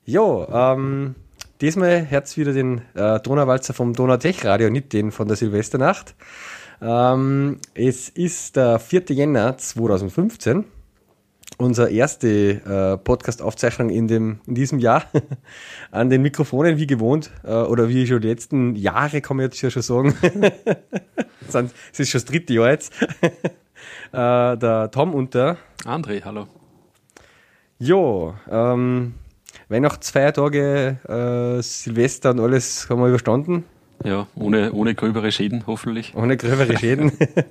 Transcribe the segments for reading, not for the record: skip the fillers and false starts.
Jo, diesmal hört wieder den Donauwalzer vom Donautech-Radio, nicht den von der Silvesternacht. Es ist der 4. Jänner 2015, unsere erste Podcast-Aufzeichnung in diesem Jahr. An den Mikrofonen wie gewohnt, oder wie schon die letzten Jahre, kann man jetzt ja schon sagen. Es ist schon das 3. Jahr jetzt. Der Tom und der André, hallo. Jo, Weihnachtsfeiertage, Silvester und alles haben wir überstanden. Ja, ohne gröbere Schäden, hoffentlich. Ohne gröbere Schäden.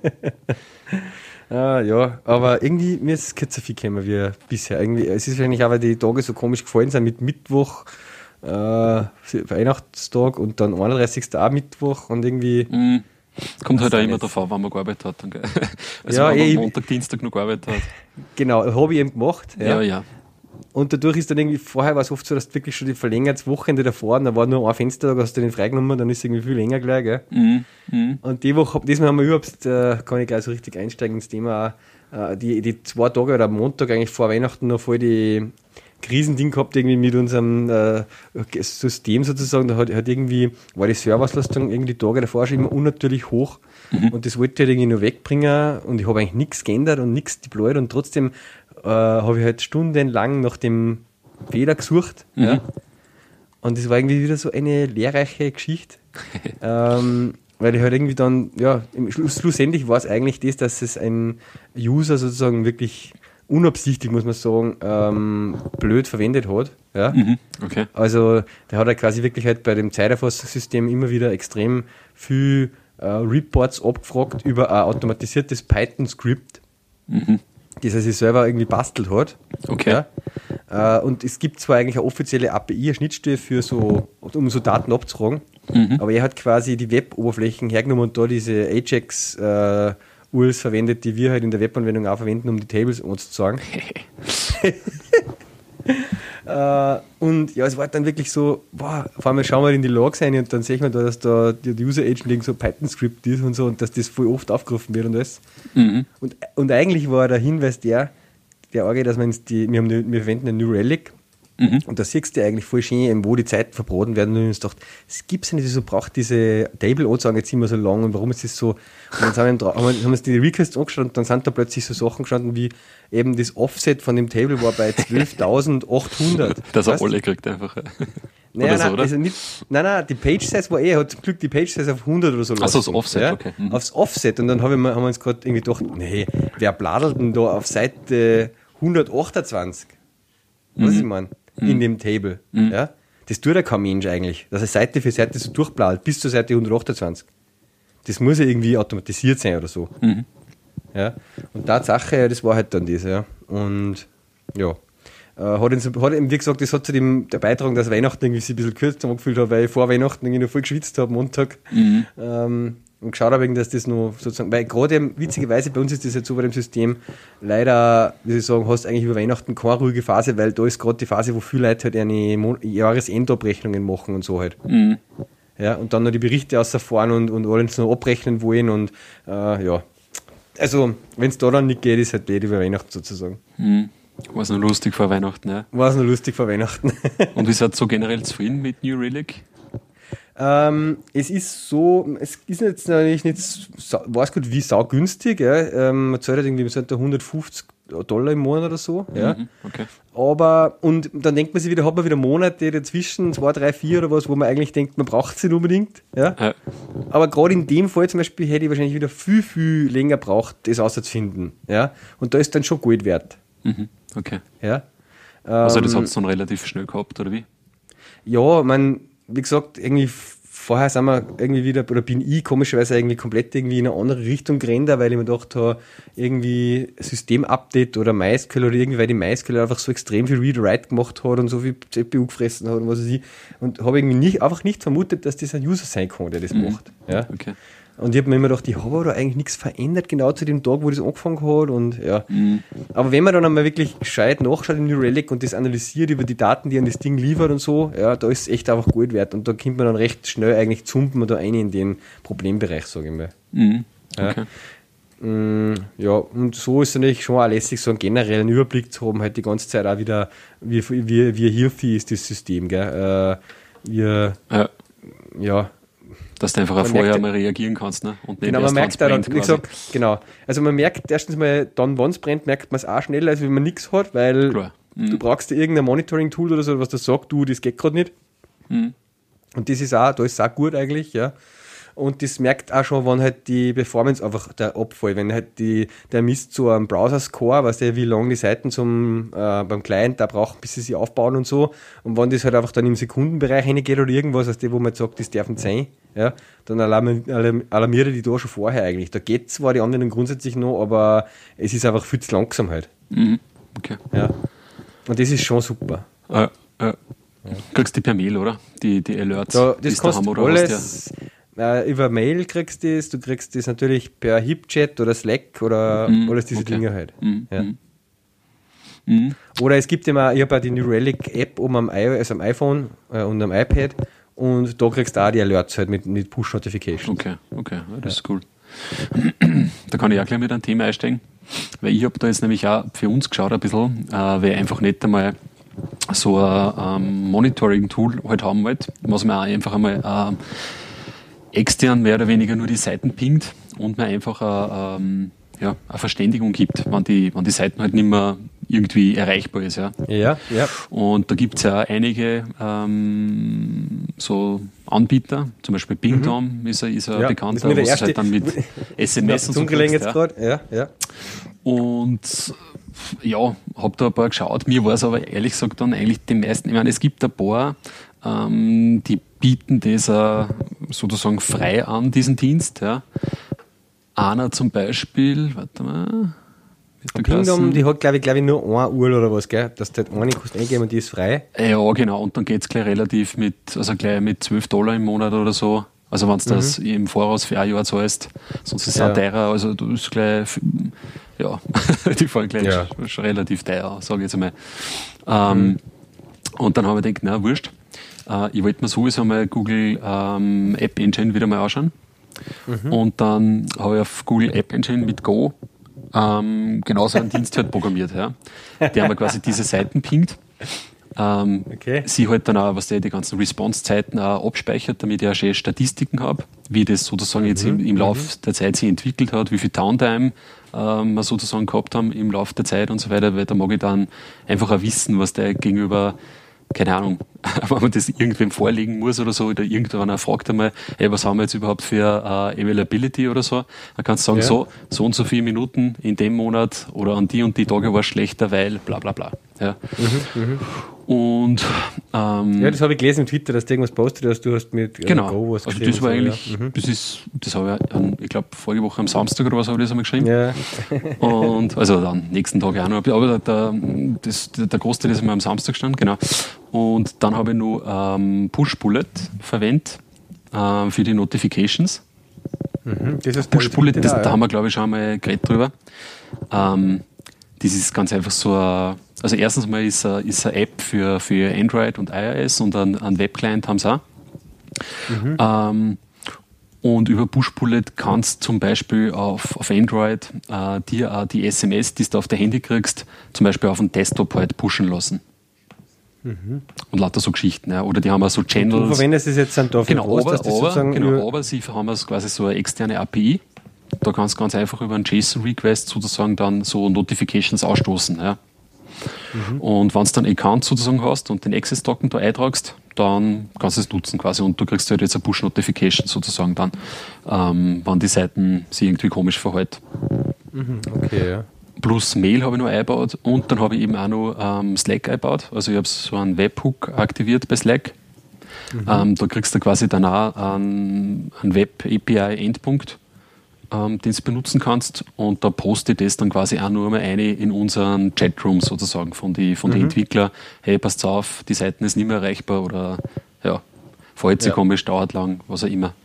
Ja, aber irgendwie, mir ist es so viel gekommen wie bisher. Irgendwie, es ist wahrscheinlich auch, weil die Tage so komisch gefallen sind mit Mittwoch, Weihnachtstag und dann 31. auch Mittwoch und irgendwie... Kommt halt auch immer davon, wann man gearbeitet hat. Dann, also ja, wenn man Montag, Dienstag noch gearbeitet hat. Genau, habe ich eben gemacht. Ja. Und dadurch ist dann irgendwie, vorher war es oft so, dass du wirklich schon die verlängertes Wochenende davor, und da war nur ein Fenstertag, hast du den freigenommen, dann ist es irgendwie viel länger gleich, gell? Und diesmal haben wir überhaupt, kann ich gleich so richtig einsteigen ins Thema, die 2 Tage oder am Montag eigentlich vor Weihnachten noch voll die Krisending gehabt, irgendwie mit unserem System sozusagen, da hat irgendwie, war die Serverauslastung irgendwie die Tage davor schon immer unnatürlich hoch, und das wollte ich halt irgendwie noch wegbringen, und ich habe eigentlich nichts geändert und nichts deployed, und trotzdem habe ich halt stundenlang nach dem Fehler gesucht. Ja. Und das war irgendwie wieder so eine lehrreiche Geschichte. Weil ich halt irgendwie dann, ja, schlussendlich war es eigentlich das, dass es ein User sozusagen wirklich unabsichtlich, muss man sagen, blöd verwendet hat. Ja. Okay. Also der hat halt quasi wirklich halt bei dem Zeiterfasssystem immer wieder extrem viel Reports abgefragt über ein automatisiertes Python-Skript, das er sich selber irgendwie bastelt hat. Okay. Ja. Und es gibt zwar eigentlich eine offizielle API, eine Schnittstelle für um so Daten abzufragen, aber er hat quasi die Web-Oberflächen hergenommen und da diese Ajax URLs verwendet, die wir halt in der Webanwendung auch verwenden, um die Tables anzuzeigen. Und ja, es war dann wirklich so, boah, auf einmal schauen wir in die Logs rein und dann sehen wir da, dass da die User-Agent irgend so ein Python-Skript ist und so, und dass das voll oft aufgerufen wird und alles. Und eigentlich war der Hinweis der Orge, dass wir verwenden ein New Relic, und da siehst du eigentlich voll schön, wo die Zeiten verbraten werden, und uns gedacht, es gibt es ja nicht, so braucht diese Table-Anzeigen jetzt immer so lang, und warum ist das so? Und dann haben wir uns die Requests angeschaut, und dann sind da plötzlich so Sachen gestanden wie eben das Offset von dem Table war bei 12.800. Dass er alle kriegt einfach. Naja, so, oder? Also nicht, nein, die Page-Size war hat zum Glück die Page-Size auf 100 oder so. Achso, das Offset, ja? Okay. Aufs Offset, und dann haben wir uns gerade irgendwie gedacht, nee, wer bladelt denn da auf Seite 128? Was ich meine? In dem Table. Ja? Das tut ja kein Mensch eigentlich, dass er Seite für Seite so durchbladelt, bis zur Seite 128. Das muss ja irgendwie automatisiert sein oder so. Ja? Und Tatsache, das war halt dann das. Ja? Und ja, hat ihm, wie gesagt, das hat zu dem der Beitrag, dass Weihnachten irgendwie sich ein bisschen kürzer angefühlt hat, weil ich vor Weihnachten irgendwie noch voll geschwitzt habe, Montag. Und geschaut habe, dass das noch sozusagen, weil gerade witzigerweise bei uns ist das jetzt so bei dem System, leider, wie soll ich sagen, hast eigentlich über Weihnachten keine ruhige Phase, weil da ist gerade die Phase, wo viele Leute halt eine Jahresendabrechnungen machen und so halt. Ja, und dann noch die Berichte rausfahren und alles noch abrechnen wollen, und ja. Also, wenn es da dann nicht geht, ist halt blöd über Weihnachten sozusagen. War es noch lustig vor Weihnachten, ja. War es noch lustig vor Weihnachten. Und wie seid so generell zufrieden mit New Relic? Es ist so, es ist jetzt natürlich nicht, weiß gut, wie saugünstig, ja. Man zahlt halt irgendwie $150 im Monat oder so, ja. Okay. Aber, und dann denkt man sich wieder, hat man wieder Monate dazwischen, 2, 3, 4 oder was, wo man eigentlich denkt, man braucht sie nicht unbedingt, ja. Aber gerade in dem Fall zum Beispiel hätte ich wahrscheinlich wieder viel, viel länger braucht, das auszufinden, ja. Und da ist dann schon Gold wert. Okay. Ja. Also das hat es dann relativ schnell gehabt, oder wie? Ja, wie gesagt, irgendwie vorher sind wir irgendwie wieder, oder bin ich komischerweise irgendwie komplett irgendwie in eine andere Richtung gerannt, weil ich mir gedacht habe, irgendwie System-Update oder MySQL oder irgendwie, weil die MySQL einfach so extrem viel Read-Write gemacht hat und so viel CPU gefressen hat und was weiß ich, und habe irgendwie einfach nicht vermutet, dass das ein User sein kann, der das macht. Ja. Okay. Und ich habe mir immer gedacht, ich habe da eigentlich nichts verändert, genau zu dem Tag, wo das angefangen hat. Und ja. Aber wenn man dann einmal wirklich gescheit nachschaut in New Relic und das analysiert über die Daten, die an das Ding liefert und so, ja, da ist es echt einfach Gold wert. Und da kommt man dann recht schnell eigentlich zumpen wir da rein in den Problembereich, sage ich mal. Okay. Ja, und so ist es natürlich schon auch lässig, so einen generellen Überblick zu haben, halt die ganze Zeit auch wieder, wie hilfreich ist das System, gell? Ja. Dass du einfach vorher mal reagieren kannst, ne? Und nicht genau, erst, man merkt da, brennt, wie gesagt, genau. Also man merkt erstens mal, dann, wenn es brennt, merkt man es auch schneller, als wenn man nichts hat, weil du brauchst ja irgendein Monitoring-Tool oder so, was das sagt, das geht gerade nicht. Und das ist auch, da ist es auch gut eigentlich, ja. Und das merkt auch schon, wenn halt die Performance einfach der Abfall, wenn halt der misst so einen Browser-Score, weißt du, wie lange die Seiten beim Client da brauchen, bis sie sich aufbauen und so. Und wenn das halt einfach dann im Sekundenbereich reingeht oder irgendwas, weißt du, wo man jetzt sagt, das darf nicht sein, ja, dann alarmiert er die da schon vorher eigentlich. Da geht zwar die anderen grundsätzlich noch, aber es ist einfach viel zu langsam halt. Okay. Ja. Und das ist schon super. Kriegst du die per Mail, oder? Die Alerts. Das kostet alles. Über Mail kriegst du das, du kriegst das natürlich per HipChat oder Slack oder alles diese Dinge halt. Ja. Oder es gibt immer, ich habe auch die New Relic App am iPhone und am iPad und da kriegst du auch die Alerts halt mit Push-Notifications. Okay, das ist cool. Da kann ich auch gleich mit einem Thema einsteigen, weil ich habe da jetzt nämlich auch für uns geschaut ein bisschen, weil ich einfach nicht einmal so ein Monitoring-Tool halt haben wollte, was mir auch einfach einmal extern mehr oder weniger nur die Seiten pingt und mir einfach eine Verständigung gibt, wenn die Seiten halt nicht mehr irgendwie erreichbar ist. Ja. Und da gibt es ja einige so Anbieter, zum Beispiel Pingdom ist ein bekannter, wo es halt dann mit SMS und so kriegst, jetzt gerade. Ja. Und ja, habe da ein paar geschaut. Mir war es aber ehrlich gesagt dann eigentlich die meisten, ich meine, es gibt ein paar, die bieten das sozusagen frei an, diesen Dienst. Ja. Einer zum Beispiel, warte mal. Pingdom, die hat, glaube ich, nur 1 Uhr oder was, gell? Dass du halt eine kannst eingeben und die ist frei. Ja, genau. Und dann geht es gleich relativ mit $12 im Monat oder so. Also wenn du das im Voraus für ein Jahr zahlst, sonst ist es auch teurer. Also du ist gleich, die fallen gleich schon relativ teuer, sage ich jetzt einmal. Und dann habe ich gedacht, na, wurscht. Ich wollte mir sowieso mal Google App Engine wieder mal anschauen. Und dann habe ich auf Google App Engine mit Go genauso einen Dienst halt programmiert, der mir quasi diese Seiten pingt. Sie halt dann auch, was die ganzen Response-Zeiten auch abspeichert, damit ich auch schön Statistiken habe, wie das sozusagen jetzt im Laufe der Zeit sich entwickelt hat, wie viel Downtime wir sozusagen gehabt haben im Laufe der Zeit und so weiter, weil da mag ich dann einfach auch wissen, was der gegenüber, keine Ahnung, wenn man das irgendwem vorlegen muss oder so, oder irgendwann fragt einmal, hey, was haben wir jetzt überhaupt für Availability oder so, dann kannst du sagen, so und so viele Minuten in dem Monat oder an die und die Tage war es schlechter, weil bla bla bla. Ja. Und das habe ich gelesen im Twitter, dass du irgendwas postet hast, du hast mit Go was geschrieben. Also das war eigentlich, das habe ich glaube vorige Woche am Samstag oder was habe ich das einmal geschrieben. Ja. Und also dann nächsten Tag auch noch, aber der Großteil ist immer am Samstag gestanden, genau. Und dann habe ich noch Push-Bullet verwendet für die Notifications. Push-Bullet, da haben wir glaube ich schon einmal geredet drüber. Das ist ganz einfach so also erstens mal ist eine App für Android und iOS und einen Webclient haben sie auch. Und über Push-Bullet kannst zum Beispiel auf Android dir auch die SMS, die du auf der Handy kriegst, zum Beispiel auf den Desktop halt pushen lassen. Und lauter so Geschichten. Ja. Oder die haben auch so Channels. Du verwendest es jetzt dann dafür, aber sie haben es quasi so eine externe API. Da kannst du ganz einfach über einen JSON-Request sozusagen dann so Notifications ausstoßen. Ja. Und wenn du dann Account sozusagen hast und den Access-Token da eintragst, dann kannst du es nutzen quasi und du kriegst halt jetzt eine Push-Notification sozusagen dann, wenn die Seiten sich irgendwie komisch verhalten. Okay, ja. Plus Mail habe ich noch eingebaut und dann habe ich eben auch noch Slack eingebaut. Also ich habe so einen Webhook aktiviert bei Slack. Da kriegst du quasi dann auch einen Web-API-Endpunkt, den du benutzen kannst, und da poste ich das dann quasi auch nur mal eine in unseren Chatroom sozusagen von den Entwicklern. Hey, passt auf, die Seiten ist nicht mehr erreichbar oder verhält sich komisch, dauert lang, was auch immer.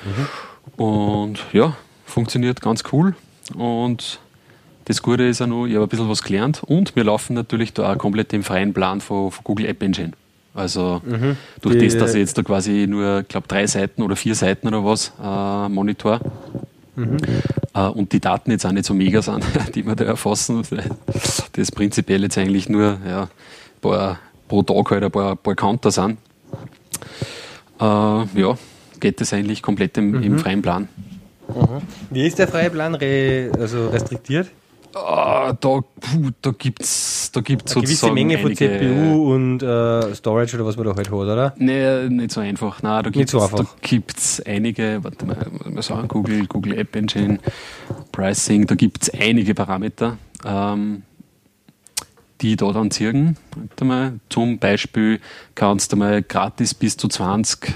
Und ja, funktioniert ganz cool. Und das Gute ist auch noch, ich habe ein bisschen was gelernt und wir laufen natürlich da auch komplett im freien Plan von Google App Engine. Also durch das, dass ich jetzt da quasi nur, ich glaube, 3 Seiten oder 4 Seiten oder was monitor, und die Daten jetzt auch nicht so mega sind, die wir da erfassen. Das prinzipiell jetzt eigentlich nur pro Tag halt ein paar Counter sind. Geht das eigentlich komplett im freien Plan. Wie ist der freie Plan restriktiert? Da gibt es sozusagen gewisse Menge von CPU und Storage oder was man da halt hat, oder? Nee, nicht so einfach. Nein, da gibt es einige, warte mal sagen, Google App Engine, Pricing, da gibt es einige Parameter, die da dann ziehen. Warte mal, zum Beispiel kannst du mal gratis bis zu 20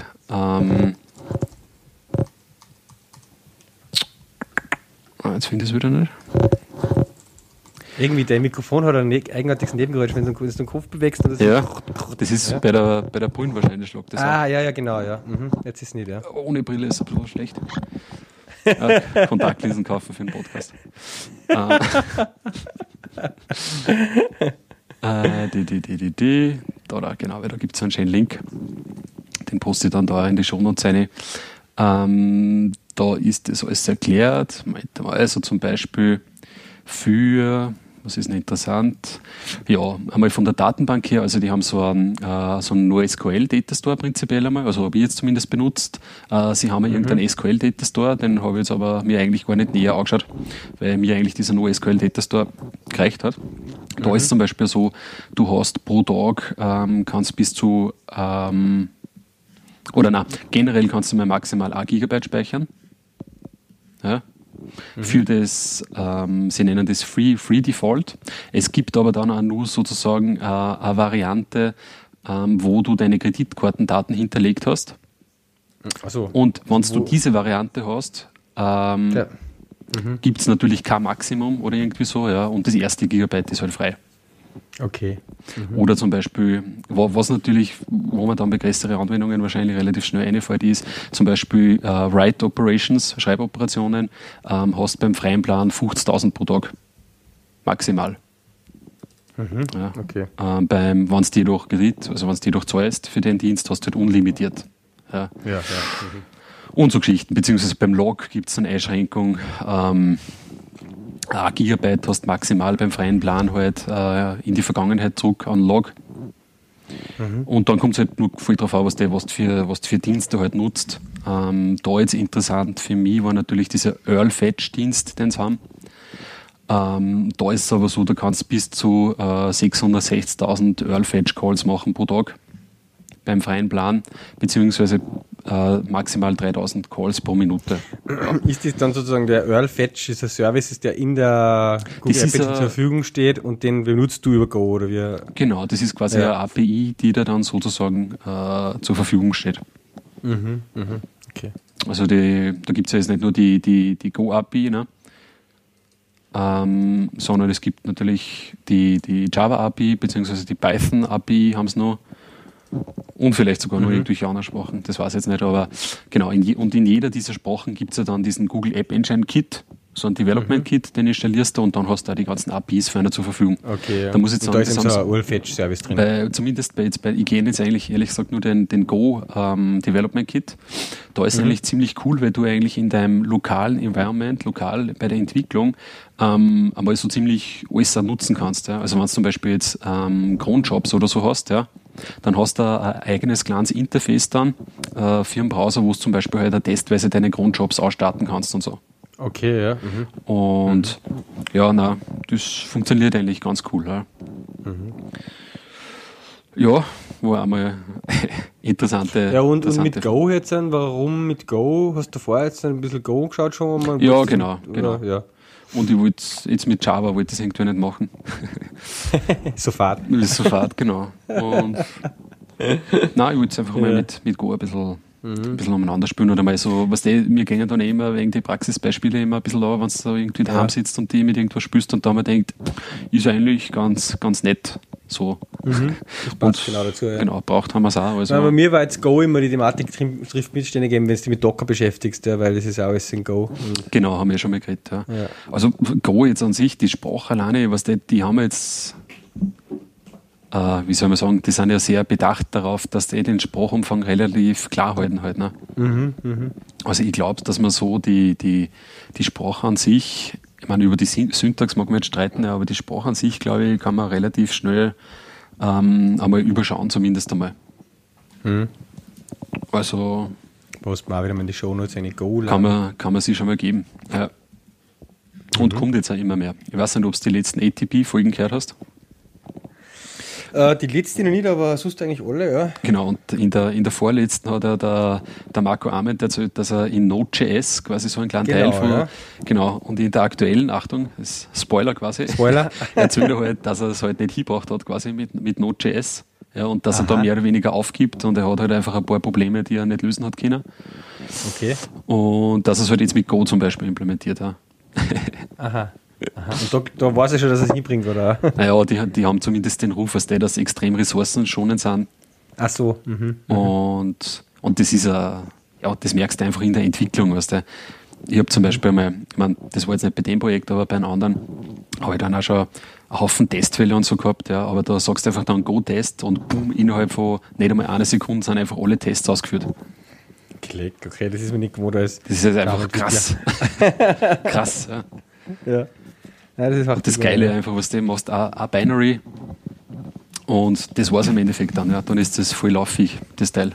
jetzt finde ich es wieder nicht. Irgendwie dein Mikrofon hat ein eigenartiges Nebengeräusch, wenn du den Kopf bewegst. Und das ist bei der Brille wahrscheinlich schlag das an. Ja, genau, ja. Jetzt ist es nicht, ja. Ohne Brille ist es ein bisschen schlecht. Kontaktlinsen kaufen für den Podcast. Genau, weil da gibt es einen schönen Link. Den poste ich dann da in die Shownotes rein. Da ist das alles erklärt. Also zum Beispiel für, was ist denn interessant? Ja, einmal von der Datenbank her, also die haben so einen NoSQL-Datastore prinzipiell einmal, also habe ich jetzt zumindest benutzt. Sie haben irgendeinen SQL-Datastore, den habe ich jetzt aber mir eigentlich gar nicht näher angeschaut, weil mir eigentlich dieser NoSQL-Datastore gereicht hat. Da ist zum Beispiel so, du hast pro Tag kannst bis zu generell kannst du mal maximal 1 Gigabyte speichern. Ja. Für das, sie nennen das Free Default. Es gibt aber dann auch nur sozusagen eine Variante, wo du deine Kreditkartendaten hinterlegt hast. So. Und wenn du diese Variante hast, gibt es natürlich kein Maximum oder irgendwie so, ja, und das erste Gigabyte ist halt frei. Okay. Oder zum Beispiel, was natürlich, wo man dann bei größeren Anwendungen wahrscheinlich relativ schnell reinfällt, ist zum Beispiel Write Operations, Schreiboperationen, hast beim freien Plan 50.000 pro Tag. Maximal. Ja. Okay. Wenn es dir durch Kredit, also wenn es dir durch zahlst für den Dienst, hast du halt unlimitiert. Ja. Und so Geschichten, beziehungsweise beim Log gibt es eine Einschränkung. 1 Gigabyte hast maximal beim freien Plan halt in die Vergangenheit zurück an Log. Und dann kommt es halt nur voll drauf an, was du für Dienste halt nutzt. Da jetzt interessant für mich war natürlich dieser Earl-Fetch-Dienst, den sie haben. Da ist es aber so, du kannst bis zu 660.000 Earl-Fetch-Calls machen pro Tag beim freien Plan, beziehungsweise maximal 3.000 Calls pro Minute. Ist das dann sozusagen der Earl Fetch, ist ein Service, der in der Google App zur Verfügung steht und den benutzt du über Go, oder wie? Genau, das ist quasi eine API, die da dann sozusagen zur Verfügung steht. Okay. Also da gibt es ja jetzt nicht nur die Go-API, ne? Sondern es gibt natürlich die Java-API beziehungsweise die Python-API haben es noch. Und vielleicht sogar noch irgendwelche anderen Sprachen, das weiß ich jetzt nicht, aber genau, in jeder dieser Sprachen gibt es ja dann diesen Google App Engine Kit, so ein Development Kit, den installierst du und dann hast du auch die ganzen APIs für einen zur Verfügung. Okay, ja. Da muss ich sagen, da ist so ein Earl-Fetch-Service drin. Zumindest ich kenne jetzt eigentlich ehrlich gesagt nur den Go Development Kit. Da ist eigentlich ziemlich cool, weil du eigentlich in deinem lokalen Environment, lokal bei der Entwicklung, einmal so ziemlich alles nutzen kannst. Ja? Also wenn du zum Beispiel jetzt Cronjobs oder so hast, ja, dann hast du ein eigenes kleines Interface dann für einen Browser, wo du zum Beispiel halt testweise deine Cronjobs ausstarten kannst und so. Okay, ja. Und das funktioniert eigentlich ganz cool. Ja, ja, war einmal interessante. Ja, und mit Go jetzt dann, warum mit Go? Hast du vorher jetzt ein bisschen Go geschaut schon? Ja, genau. Ja. Und ich wollte jetzt mit Java wollte das irgendwie nicht machen. Sofort, genau. Und nein, ich wollte es einfach mal mit Go ein bisschen umeinander spielen oder mal so, wir gehen dann immer wegen die Praxisbeispiele immer ein bisschen an, wenn du da irgendwie daheim sitzt und die mit irgendwas spielst und da man denkt, ist eigentlich ganz, ganz nett. So. Das passt genau dazu. Ja. Genau, braucht haben wir es auch. Also bei mir war jetzt Go immer die Thematik, trifft Missstände geben, wenn du dich mit Docker beschäftigst, ja, weil das ist alles in Go. Genau, haben wir schon mal geredet. Ja. Also Go jetzt an sich, die Sprache alleine, die haben jetzt, wie soll man sagen, die sind ja sehr bedacht darauf, dass die den Sprachumfang relativ klar halten halt. Ne? Also ich glaube, dass man so die Sprache an sich, ich meine, über die Syntax mag man jetzt streiten, aber die Sprache an sich, glaube ich, kann man relativ schnell einmal überschauen, zumindest einmal. Also Was man auch wieder mal in die Shownotes eine Go kann man sich schon mal geben. Ja. Und kommt jetzt auch immer mehr. Ich weiß nicht, ob du die letzten ATP-Folgen gehört hast. Die letzte noch nicht, aber sonst eigentlich alle, ja. Genau, und in der vorletzten hat der Marco Arment erzählt, dass er in Node.js quasi so einen kleinen Teil von. Ja. Genau, und in der aktuellen, Achtung, das ist Spoiler quasi. Spoiler. Erzählt er halt, dass er es halt nicht hingebracht hat, quasi mit Node.js. Ja, und dass er da mehr oder weniger aufgibt und er hat halt einfach ein paar Probleme, die er nicht lösen hat können. Okay. Und dass er es halt jetzt mit Go zum Beispiel implementiert hat. Aha. Und da weiß ich schon, dass es hinbringt, oder? Naja, die haben zumindest den Ruf, dass extrem ressourcenschonend sind. Ach so. Und das ist das merkst du einfach in der Entwicklung, weißt du. Ich habe zum Beispiel mal, ich meine, das war jetzt nicht bei dem Projekt, aber bei einem anderen, habe ich dann auch schon einen Haufen Testfälle und so gehabt, ja, aber da sagst du einfach dann Go-Test und boom, innerhalb von nicht einmal einer Sekunde sind einfach alle Tests ausgeführt. Klick, okay, das ist mir nicht gewohnt als. Das ist jetzt einfach krass. Krass, ja. Ja. Ja, das ist auch das Geile einfach, was du machst, ein Binary und das war es im Endeffekt dann, ja. Dann ist das voll laufig, das Teil.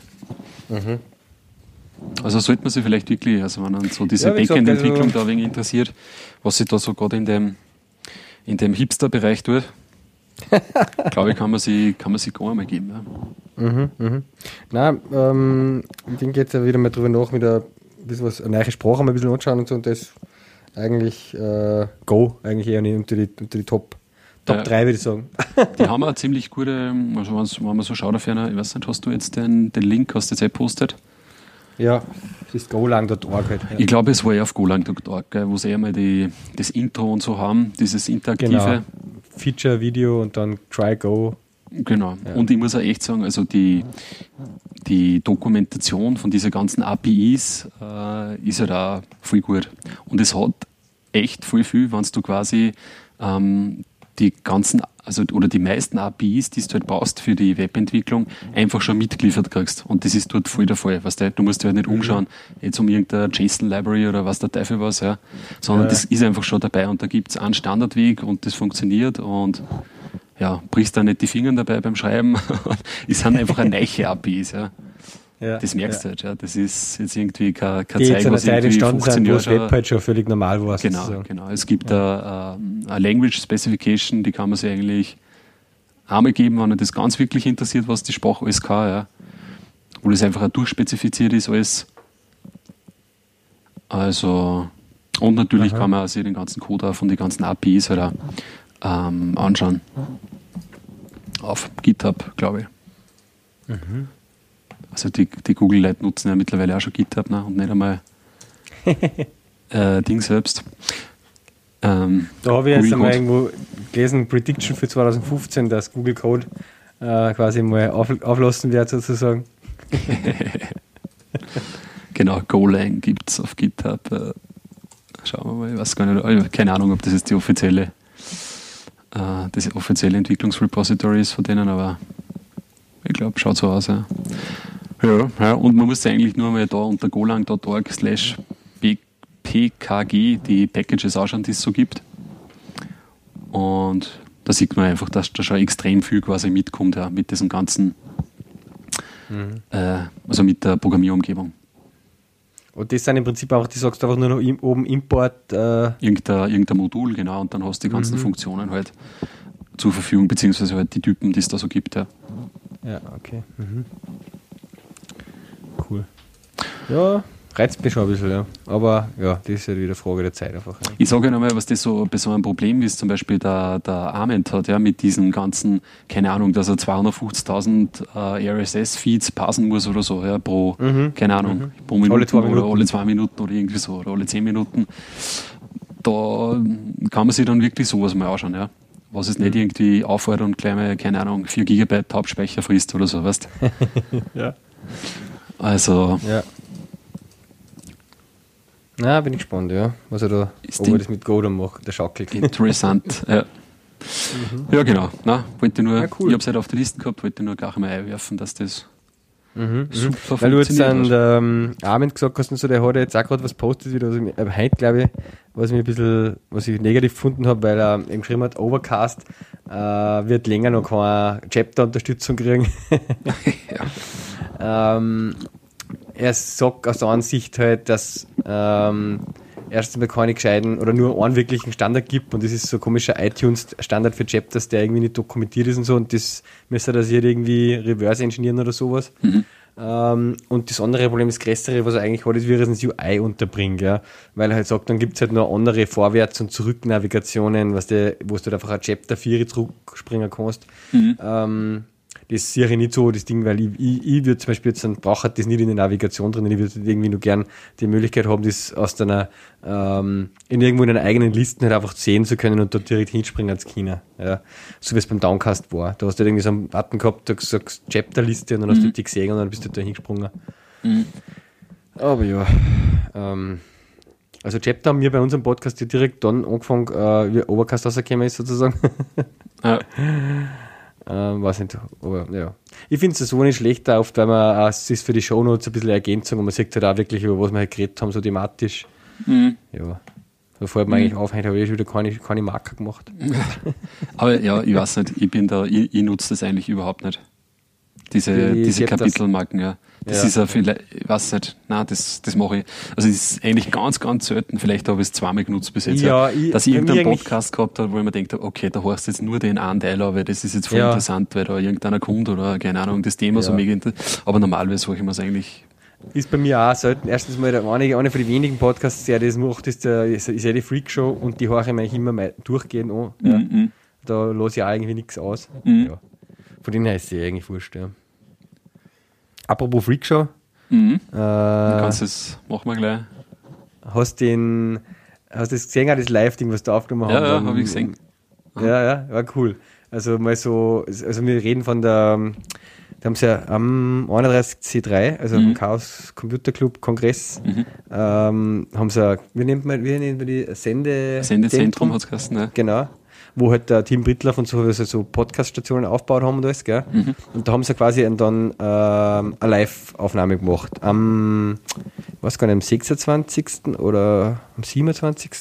Also sollte man sich vielleicht wirklich, also wenn man so diese Backend-Entwicklung da ein wenig interessiert, was sich da so gerade in dem Hipster-Bereich tut, glaube ich, kann man sich gar einmal geben. Ja. Nein, ich denke jetzt wieder mal drüber nach, wieder ein bisschen was, eine neue Sprache mal ein bisschen anschauen und so, und das eigentlich Go, eigentlich eher nicht unter die Top 3, würde ich sagen. Die haben auch ziemlich gute, also wenn man so schaut auf einer, ich weiß nicht, hast du jetzt den Link, hast du jetzt gepostet? Ja, das ist golang.org halt. Ja. Ich glaube, es war ja auf golang.org, wo sie einmal das Intro und so haben, dieses Interaktive. Genau. Feature, Video und dann Try Go. Genau. Ja. Und ich muss auch echt sagen, also die Dokumentation von diesen ganzen APIs ist halt auch voll gut. Und es hat echt voll viel, wenn du quasi die ganzen, also oder die meisten APIs, die du halt brauchst für die Webentwicklung, einfach schon mitgeliefert kriegst. Und das ist dort voll der Fall. Weißt du musst dir halt nicht umschauen, jetzt um irgendeine JSON-Library oder was der Teufel was, ja. Sondern das ist einfach schon dabei und da gibt es einen Standardweg und das funktioniert und ja, brichst da nicht die Finger dabei beim Schreiben. Es sind einfach eine neue APIs, ja. Ja, das merkst du halt, ja. Das ist jetzt irgendwie kein Zeichen, was irgendwie funktioniert. Wo das Web halt schon völlig normal war. Genau. Es gibt eine Language Specification, die kann man sich eigentlich einmal geben, wenn man das ganz wirklich interessiert, was die Sprache alles kann, ja. Wo das einfach auch durchspezifiziert ist alles. Also, und natürlich kann man sich den ganzen Code auch von den ganzen APIs halt auch anschauen. Auf GitHub, glaube ich. Also die Google-Leute nutzen ja mittlerweile auch schon GitHub, ne? Und nicht einmal Ding selbst. Da habe ich jetzt einmal irgendwo gelesen, Prediction für 2015, dass Google Code quasi mal auflassen wird, sozusagen. Genau, Golang gibt es auf GitHub. Schauen wir mal, ich weiß gar nicht, keine Ahnung, ob das jetzt das offizielle Entwicklungsrepository ist von denen, aber ich glaube, schaut so aus, ja. Ja, und man muss eigentlich nur mal da unter golang.org/pkg die Packages anschauen, die es so gibt. Und da sieht man einfach, dass da schon extrem viel quasi mitkommt, ja, mit diesem ganzen, also mit der Programmierumgebung. Und das sind im Prinzip auch, die sagst du einfach nur noch oben Import. Irgendein Modul, genau, und dann hast du die ganzen Funktionen halt zur Verfügung, beziehungsweise halt die Typen, die es da so gibt, ja. Ja, okay. Cool. Ja, reizt mich schon ein bisschen, ja. Aber ja, das ist ja wieder eine Frage der Zeit einfach. Ja. Ich sage ja nochmal, was das so bei so einem Problem ist, zum Beispiel der Arment hat, ja, mit diesen ganzen, keine Ahnung, dass er 250.000 RSS-Feeds passen muss oder so, ja, pro, keine Ahnung, pro Minute oder alle 2 Minuten oder irgendwie so, oder alle 10 Minuten. Da kann man sich dann wirklich sowas mal anschauen, ja. Was es nicht irgendwie auffordert und gleich mal, keine Ahnung, 4 GB Hauptspeicher frisst oder so, weißt du? Ja. Also. Ja. Na, bin ich gespannt, ja. Was er da, ob er das mit Go dann macht, der Schackelt. Interessant, ja. Ja, genau. Na, wollte nur, ja, cool. Ich habe es halt auf der Liste gehabt, wollte nur gleich mal einwerfen, dass das super Weil du jetzt funktioniert an hat. Armin gesagt hast und so, der hat jetzt auch gerade was postet wieder, heute glaube ich, was ich negativ gefunden habe, weil er eben geschrieben hat, Overcast wird länger noch keine Chapter-Unterstützung kriegen. Er sagt aus der Ansicht halt, dass erstens mal keine gescheiten oder nur einen wirklichen Standard gibt und das ist so ein komischer iTunes-Standard für Chapters, der irgendwie nicht dokumentiert ist und so und das müsste er sich irgendwie reverse engineeren oder sowas. Und das andere Problem, das größere, was er eigentlich hat, ist, wie er es ins UI unterbringt, ja. Weil er halt sagt, dann gibt es halt noch andere Vorwärts- und Zurücknavigationen, wo du halt einfach ein Chapter 4 zurückspringen kannst. Das sehe ich nicht so, das Ding, weil ich würde zum Beispiel jetzt dann brauche halt das nicht in der Navigation drin, ich würde irgendwie nur gern die Möglichkeit haben, das aus deiner, irgendwo in einer eigenen Liste halt einfach sehen zu können und dort direkt hinspringen als China, ja. So wie es beim Downcast war. Da hast du halt irgendwie so einen Button gehabt, da sagst Chapter-Liste und dann hast du die gesehen und dann bist du da hingesprungen. Aber ja, also Chapter haben wir bei unserem Podcast ja direkt dann angefangen, wie Overcast rausgekommen ist sozusagen. Weiß nicht, aber ja. Ich finde es so nicht schlecht oft, weil man es ist für die Shownotes ein bisschen Ergänzung und man sieht halt auch wirklich, über was wir halt geredet haben, so thematisch. Ja. Da fällt mir eigentlich auf, heute habe ich schon wieder keine Marker gemacht. Aber ja, ich weiß nicht, ich nutze das eigentlich überhaupt nicht. Diese Kapitelmarken, ja. Das ist ja vielleicht, ich weiß nicht, nein, das mache ich. Also es ist eigentlich ganz, ganz selten, vielleicht habe ich es zweimal genutzt bis jetzt, dass ich irgendeinen Podcast gehabt habe, wo ich mir denkt habe, okay, da horchst du jetzt nur den einen Teil, aber das ist jetzt voll interessant, weil da irgendeiner kommt oder keine Ahnung, das Thema so mega interessant. Aber normalerweise suche ich mir es eigentlich. Ist bei mir auch selten. Erstens mal, eine von den wenigen Podcasts, der das macht, ist ja die Freak Show und die höre ich mir eigentlich immer mal durchgehend an. Ja. Da lasse ich auch irgendwie nichts aus. Ja. Von denen her ist es eigentlich wurscht, ja. Apropos Freakshow. Das machen wir gleich. Hast du das gesehen, auch das Live-Ding, was du aufgenommen haben? Ja, habe ich gesehen. Ja, war cool. Also mal so, also wir reden von da haben sie ja am 31C3, also am Chaos Computer Club Kongress, haben sie, wie nennt man die? Sendezentrum hat es geheißen, ja. Genau. Wo halt der Tim Brittler von so Podcast-Stationen aufgebaut haben und alles, gell? Und da haben sie quasi dann eine Live-Aufnahme gemacht. Am 26. oder am 27.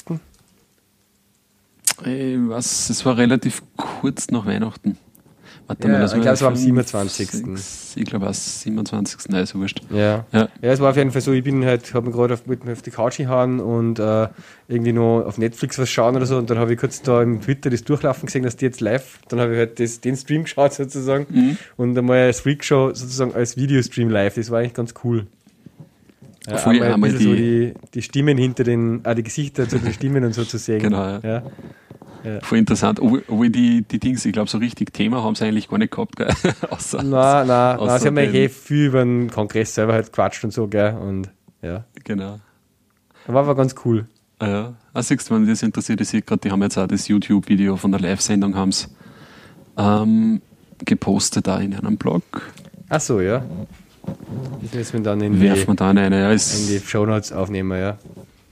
Ich weiß, es war relativ kurz nach Weihnachten. Warte Ja, mal, ich glaube, es war am 27. Ich glaube, am 27. Nein, ist wurscht. Ja, es war auf jeden Fall so, ich bin halt, habe mich gerade auf die Couch gehauen und irgendwie noch auf Netflix was schauen oder so und dann habe ich kurz da im Twitter das Durchlaufen gesehen, dass die jetzt live, dann habe ich halt den Stream geschaut sozusagen und einmal als Freakshow sozusagen als Videostream live, das war eigentlich ganz cool. Ja, einmal so die Stimmen hinter die Gesichter zu den Stimmen und so zu sehen. Genau, ja. Voll interessant. Obwohl die Dings, ich glaube, so richtig Thema haben sie eigentlich gar nicht gehabt, gell? Nein, sie haben eigentlich viel über den Kongress selber halt gequatscht und so, gell? Und ja. Genau. Aber ganz cool. Ja. Siehst du, wenn das interessiert, ich sehe gerade, die haben jetzt auch das YouTube-Video von der Live-Sendung haben's, gepostet da in einem Blog. Ach so, ja. Das müssen wir dann in die Shownotes aufnehmen, ja.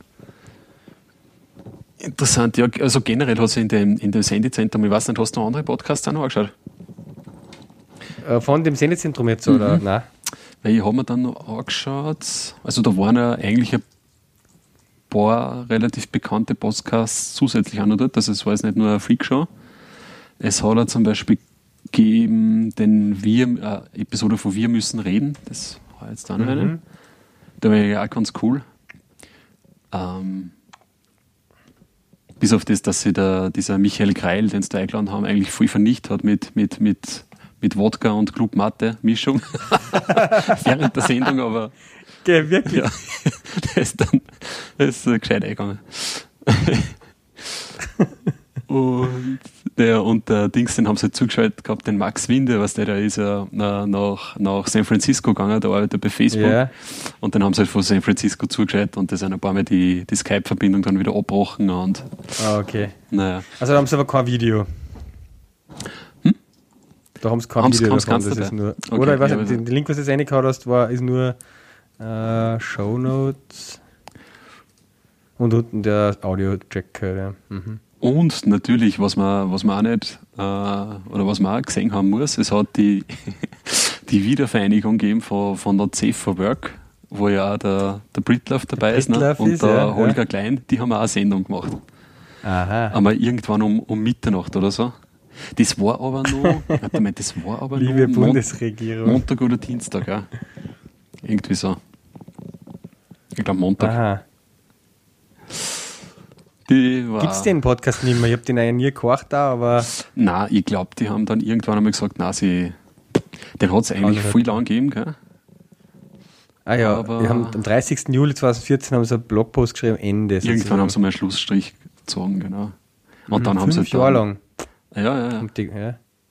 Interessant, ja, also generell hat es in dem Sendezentrum, ich weiß nicht, hast du noch andere Podcasts auch noch angeschaut? Von dem Sendezentrum jetzt, oder? Nein. Weil ich habe mir dann noch angeschaut, also da waren ja eigentlich ein paar relativ bekannte Podcasts zusätzlich auch noch dort, also es war jetzt nicht nur eine Freakshow. Es hat ja zum Beispiel gegeben Episode von Wir müssen reden, das war jetzt auch noch eine. Da war ja auch ganz cool. Bis auf das, dass sich dieser Michael Kreil, den sie da eingeladen haben, eigentlich voll vernichtet hat mit Wodka und Club-Mate-Mischung während der Sendung, aber wirklich? Ja, der ist gescheit eingegangen. Und der Dings, den haben sie halt zugeschaltet gehabt, den Max Winde, der ist ja nach San Francisco gegangen, der arbeitet bei Facebook. Yeah. Und den haben sie halt von San Francisco zugeschaltet und da sind ein paar Mal die Skype-Verbindung dann wieder abgebrochen. Okay. Naja. Also da haben sie aber kein Video. Da haben sie kein Video davon, das ist nur... Okay, oder ich weiß nicht, den Link, was du jetzt reingehauen hast, ist nur Shownotes und unten der Audio-Tracker, ja. Und natürlich, was man auch nicht, oder was man auch gesehen haben muss, es hat die die Wiedervereinigung geben von der Safe for Work, wo ja auch der Brittlaff dabei ist, ne? Und der Holger Klein, die haben auch eine Sendung gemacht. Aha. Aber irgendwann um Mitternacht oder so. Das war aber noch, Liebe Bundesregierung. Montag oder Dienstag, ja. Irgendwie so. Ich glaube Montag. Aha. Gibt es den Podcast nicht mehr? Ich habe den eigentlich nie gehört, aber... Nein, ich glaube, die haben dann irgendwann einmal gesagt, den hat es eigentlich viel lang gegeben, gell? Ah ja, wir haben am 30. Juli 2014 haben sie einen Blogpost geschrieben, Ende. Irgendwann sozusagen. haben sie mal einen Schlussstrich gezogen, genau. Und dann haben 5 sie Jahre lang. Ja. Ja.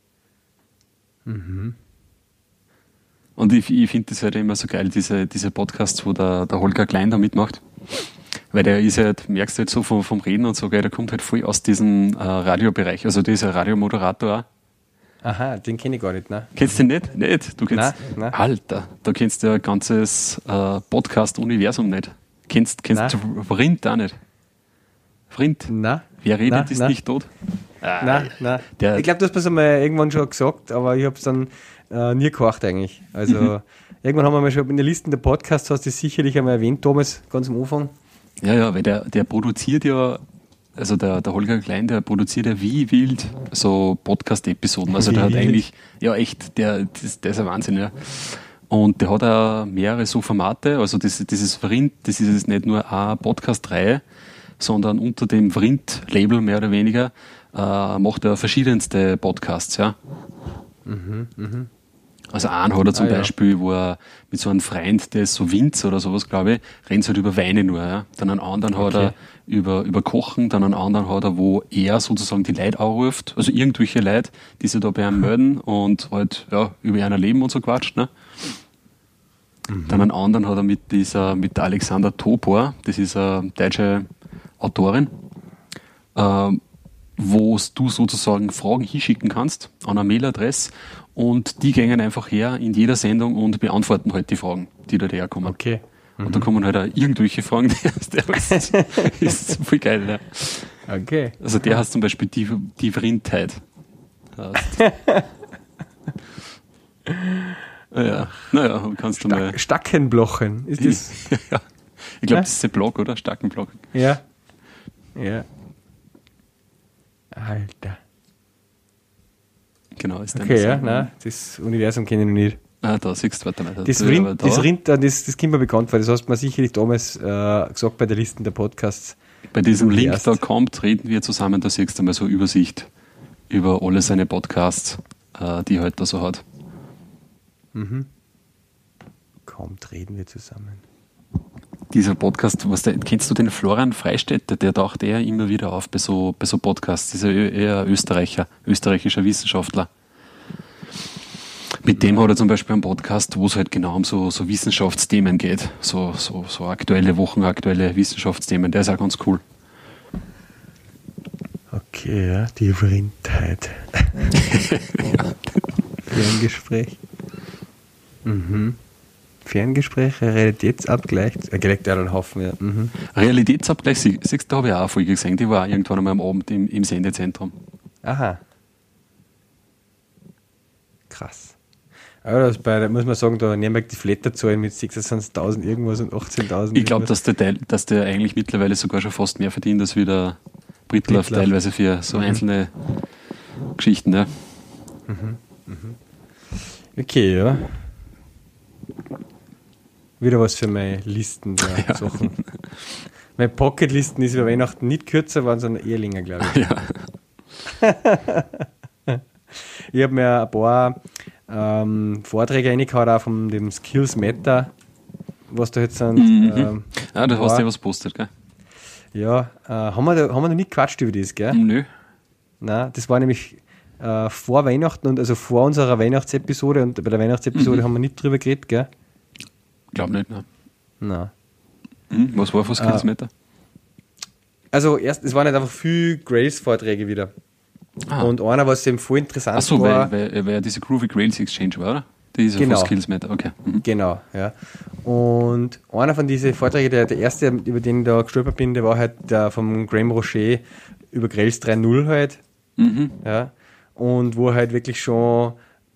Und ich finde das halt immer so geil, diese Podcasts, wo der Holger Klein da mitmacht. Weil der ist halt, merkst du halt so vom Reden und so, gell, der kommt halt voll aus diesem Radiobereich. Also der ist ein Radiomoderator auch. Aha, den kenne ich gar nicht, ne? Kennst du den nicht? Nicht? Du kennst, Nein. Alter, da kennst du ja ein ganzes Podcast-Universum nicht. Kennst Vrind auch nicht? Vrind? Nein. Wer redet, ist nicht tot? Nein. Ich glaube, das hast du mal irgendwann schon gesagt, aber ich habe es dann nie gehört eigentlich. Also irgendwann haben wir mal schon in der Liste der Podcasts, hast du das sicherlich einmal erwähnt, Thomas, ganz am Anfang. Ja, weil der produziert ja, also der Holger Klein, der produziert ja wie wild so Podcast-Episoden. Also der hat eigentlich, ja echt, der ist ein Wahnsinn, ja. Und der hat auch mehrere so Formate, also dieses Vrind, das ist jetzt nicht nur eine Podcast-Reihe, sondern unter dem Vrind-Label mehr oder weniger macht er verschiedenste Podcasts, ja. Also einen hat er zum Beispiel, wo er mit so einem Freund, der ist so Winzer oder sowas, glaube ich, rennt halt über Weine nur. Ja. Dann einen anderen hat er über Kochen, dann einen anderen hat er, wo er sozusagen die Leute anruft, also irgendwelche Leute, die sich da bei ihm melden und halt über ihr Leben und so quatscht. Ne? Dann einen anderen hat er mit der Alexander Topor, das ist eine deutsche Autorin, wo du sozusagen Fragen hinschicken kannst an eine Mailadresse und die gehen einfach her in jeder Sendung und beantworten halt die Fragen, die da herkommen. Okay. Und da kommen halt auch irgendwelche Fragen, das ist voll geil. Ja. Okay. Also der heißt zum Beispiel die Vrindheit. Naja, kannst du mal... Stackenblochen, ist das? Ja. Ich glaube, das ist der Block, oder? Stackenblock. Ja. Alter. Genau, ist okay, ja, nein, das Universum kenne ich noch nicht. Ah, da siehst du, warte mal. Das Rind, das kommt mir bekannt vor, das hast du mir sicherlich damals gesagt bei der Liste der Podcasts. Bei diesem Link, da kommt, reden wir zusammen, da siehst du mal so Übersicht über alle seine Podcasts, die er halt da so hat. Kommt, reden wir zusammen. Dieser Podcast, kennst du den Florian Freistetter, der taucht eher immer wieder auf bei so Podcasts, dieser eher österreichischer Wissenschaftler. Mit dem hat er zum Beispiel einen Podcast, wo es halt genau um so Wissenschaftsthemen geht, so aktuelle Wissenschaftsthemen, der ist auch ganz cool. Okay, ja, die Vrindheit. Ferngespräch. Ferngespräch, Realitätsabgleich, gelegt einen Haufen, ja. Realitätsabgleich, siehst du, da habe ich auch eine Folge gesehen, die war irgendwann einmal am Abend im Sendezentrum. Aha. Krass. Aber das da muss man sagen, da nehmen wir die Flatterzahlen mit 26.000 irgendwas und 18.000. Ich glaube, dass der eigentlich mittlerweile sogar schon fast mehr verdient als wie der Brittlaff teilweise für so einzelne Geschichten. Ja. Okay, ja. Wieder was für meine Listen der Sachen. Meine Pocket-Listen ist über Weihnachten nicht kürzer, waren sondern eher länger, glaube ich. Ja. Ich habe mir ein paar Vorträge reingehauen, auch von dem Skills Matter, was da jetzt sind. Da hast du ja was postet, gell? Ja, haben wir noch nicht gequatscht über das, gell? Nö. Nein, das war nämlich vor Weihnachten und also vor unserer Weihnachtsepisode und bei der Weihnachtsepisode haben wir nicht drüber geredet, gell? Glaub nicht, ne? Nein. Was war für Skills Matter? Also es waren halt einfach viele Grails-Vorträge wieder. Und einer, was eben voll interessant war... weil diese Groovy Grails Exchange war, oder? Die ist ja von Skills Matter, okay. Genau, ja. Und einer von diesen Vorträgen, der erste, über den ich da gestolpert bin, der war halt der vom Graham Rocher über Grails 3.0 halt. Ja. Und wo er halt wirklich schon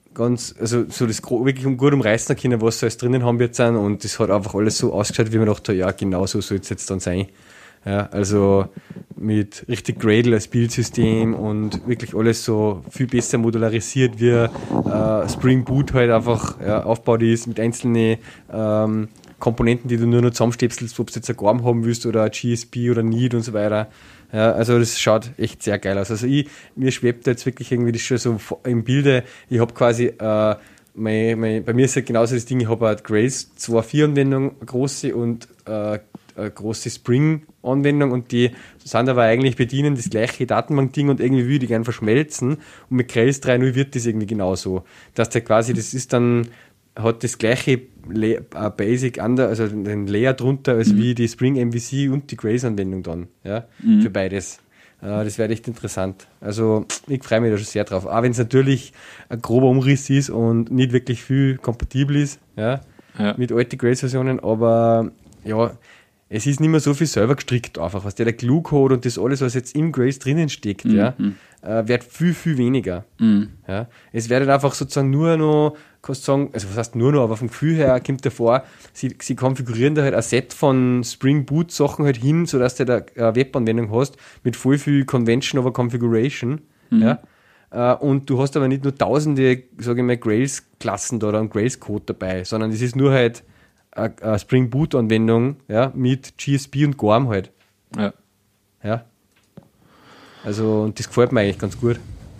ganz, also so das wirklich gut umreißen können, was so alles drinnen haben wird sein, und das hat einfach alles so ausgeschaut, wie man dachte, ja, genau so soll es jetzt dann sein. Ja, also mit richtig Gradle als Bildsystem und wirklich alles so viel besser modularisiert, wie Spring Boot halt einfach aufgebaut ist, mit einzelnen Komponenten, die du nur noch zusammenstöpselst, ob du jetzt ein GORM haben willst oder ein GSP oder Need und so weiter. Ja, also das schaut echt sehr geil aus. Also mir schwebt da jetzt wirklich irgendwie das schon so im Bilde. Ich habe quasi bei mir ist halt genauso das Ding, ich habe halt Grails 2.4-Anwendung, eine große und eine große Spring-Anwendung, und die sind aber eigentlich bedienen das gleiche Datenbank-Ding, und irgendwie will ich die gerne verschmelzen, und mit Grails 3.0 wird das irgendwie genauso. Dass der quasi, das ist dann, hat das gleiche Basic also den Layer drunter, als wie die Spring MVC und die Grails-Anwendung dann, ja, für beides. Das wäre echt interessant. Also ich freue mich da schon sehr drauf. Auch wenn es natürlich ein grober Umriss ist und nicht wirklich viel kompatibel ist, ja. Mit alten Grails-Versionen, aber ja, es ist nicht mehr so viel selber gestrickt einfach. Was der Glue-Code und das alles, was jetzt im Grails drinnen steckt, wird viel, viel weniger. Ja. Es wird halt einfach sozusagen nur noch, kannst du sagen, also was heißt nur noch, aber vom Gefühl her kommt davor, sie konfigurieren da halt ein Set von Spring Boot Sachen halt hin, sodass du da eine Webanwendung hast mit voll viel Convention over Configuration. Ja. Und du hast aber nicht nur tausende, sage ich mal, Grails-Klassen da oder einen Grails-Code dabei, sondern es ist nur halt eine Spring Boot Anwendung, ja, mit GSP und GORM halt. Ja. Ja. Also, und das gefällt mir eigentlich ganz gut.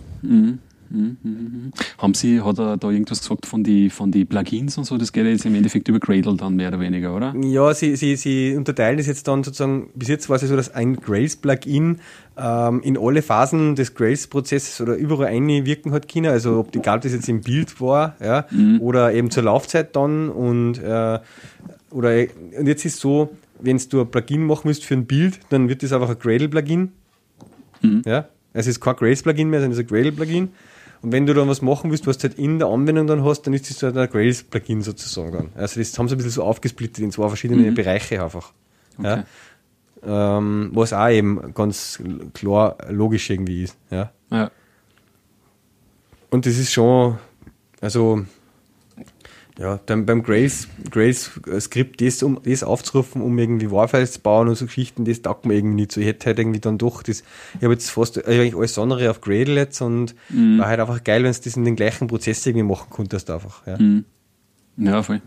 Hat er da irgendwas gesagt von die Plugins und so? Das geht ja jetzt im Endeffekt über Gradle dann mehr oder weniger, oder? Ja, sie unterteilen das jetzt dann sozusagen, bis jetzt war es ja so, dass ein Grails-Plugin in alle Phasen des Grails-Prozesses oder überall einwirken hat können, also ob egal, ob das jetzt im Bild war, ja, oder eben zur Laufzeit dann, und jetzt ist so, wenn du ein Plugin machen willst für ein Bild, dann wird das einfach ein Gradle-Plugin. Ja, es ist kein Grails-Plugin mehr, sondern es ist ein Gradle-Plugin. Und wenn du dann was machen willst, was du halt in der Anwendung dann hast, dann ist das halt ein Grails-Plugin sozusagen dann. Also das haben sie ein bisschen so aufgesplittet in zwei verschiedene Bereiche einfach. Okay. Ja? Was auch eben ganz klar logisch irgendwie ist. Ja. Und das ist schon, also ja, dann beim Grails-Skript das aufzurufen, um irgendwie Warfiles zu bauen und so Geschichten, das taugt mir irgendwie nicht so. Ich hätte halt irgendwie dann doch ich habe jetzt fast eigentlich alles andere auf Gradle jetzt, und war halt einfach geil, wenn du das in den gleichen Prozess irgendwie machen konntest einfach. Ja, ja, voll.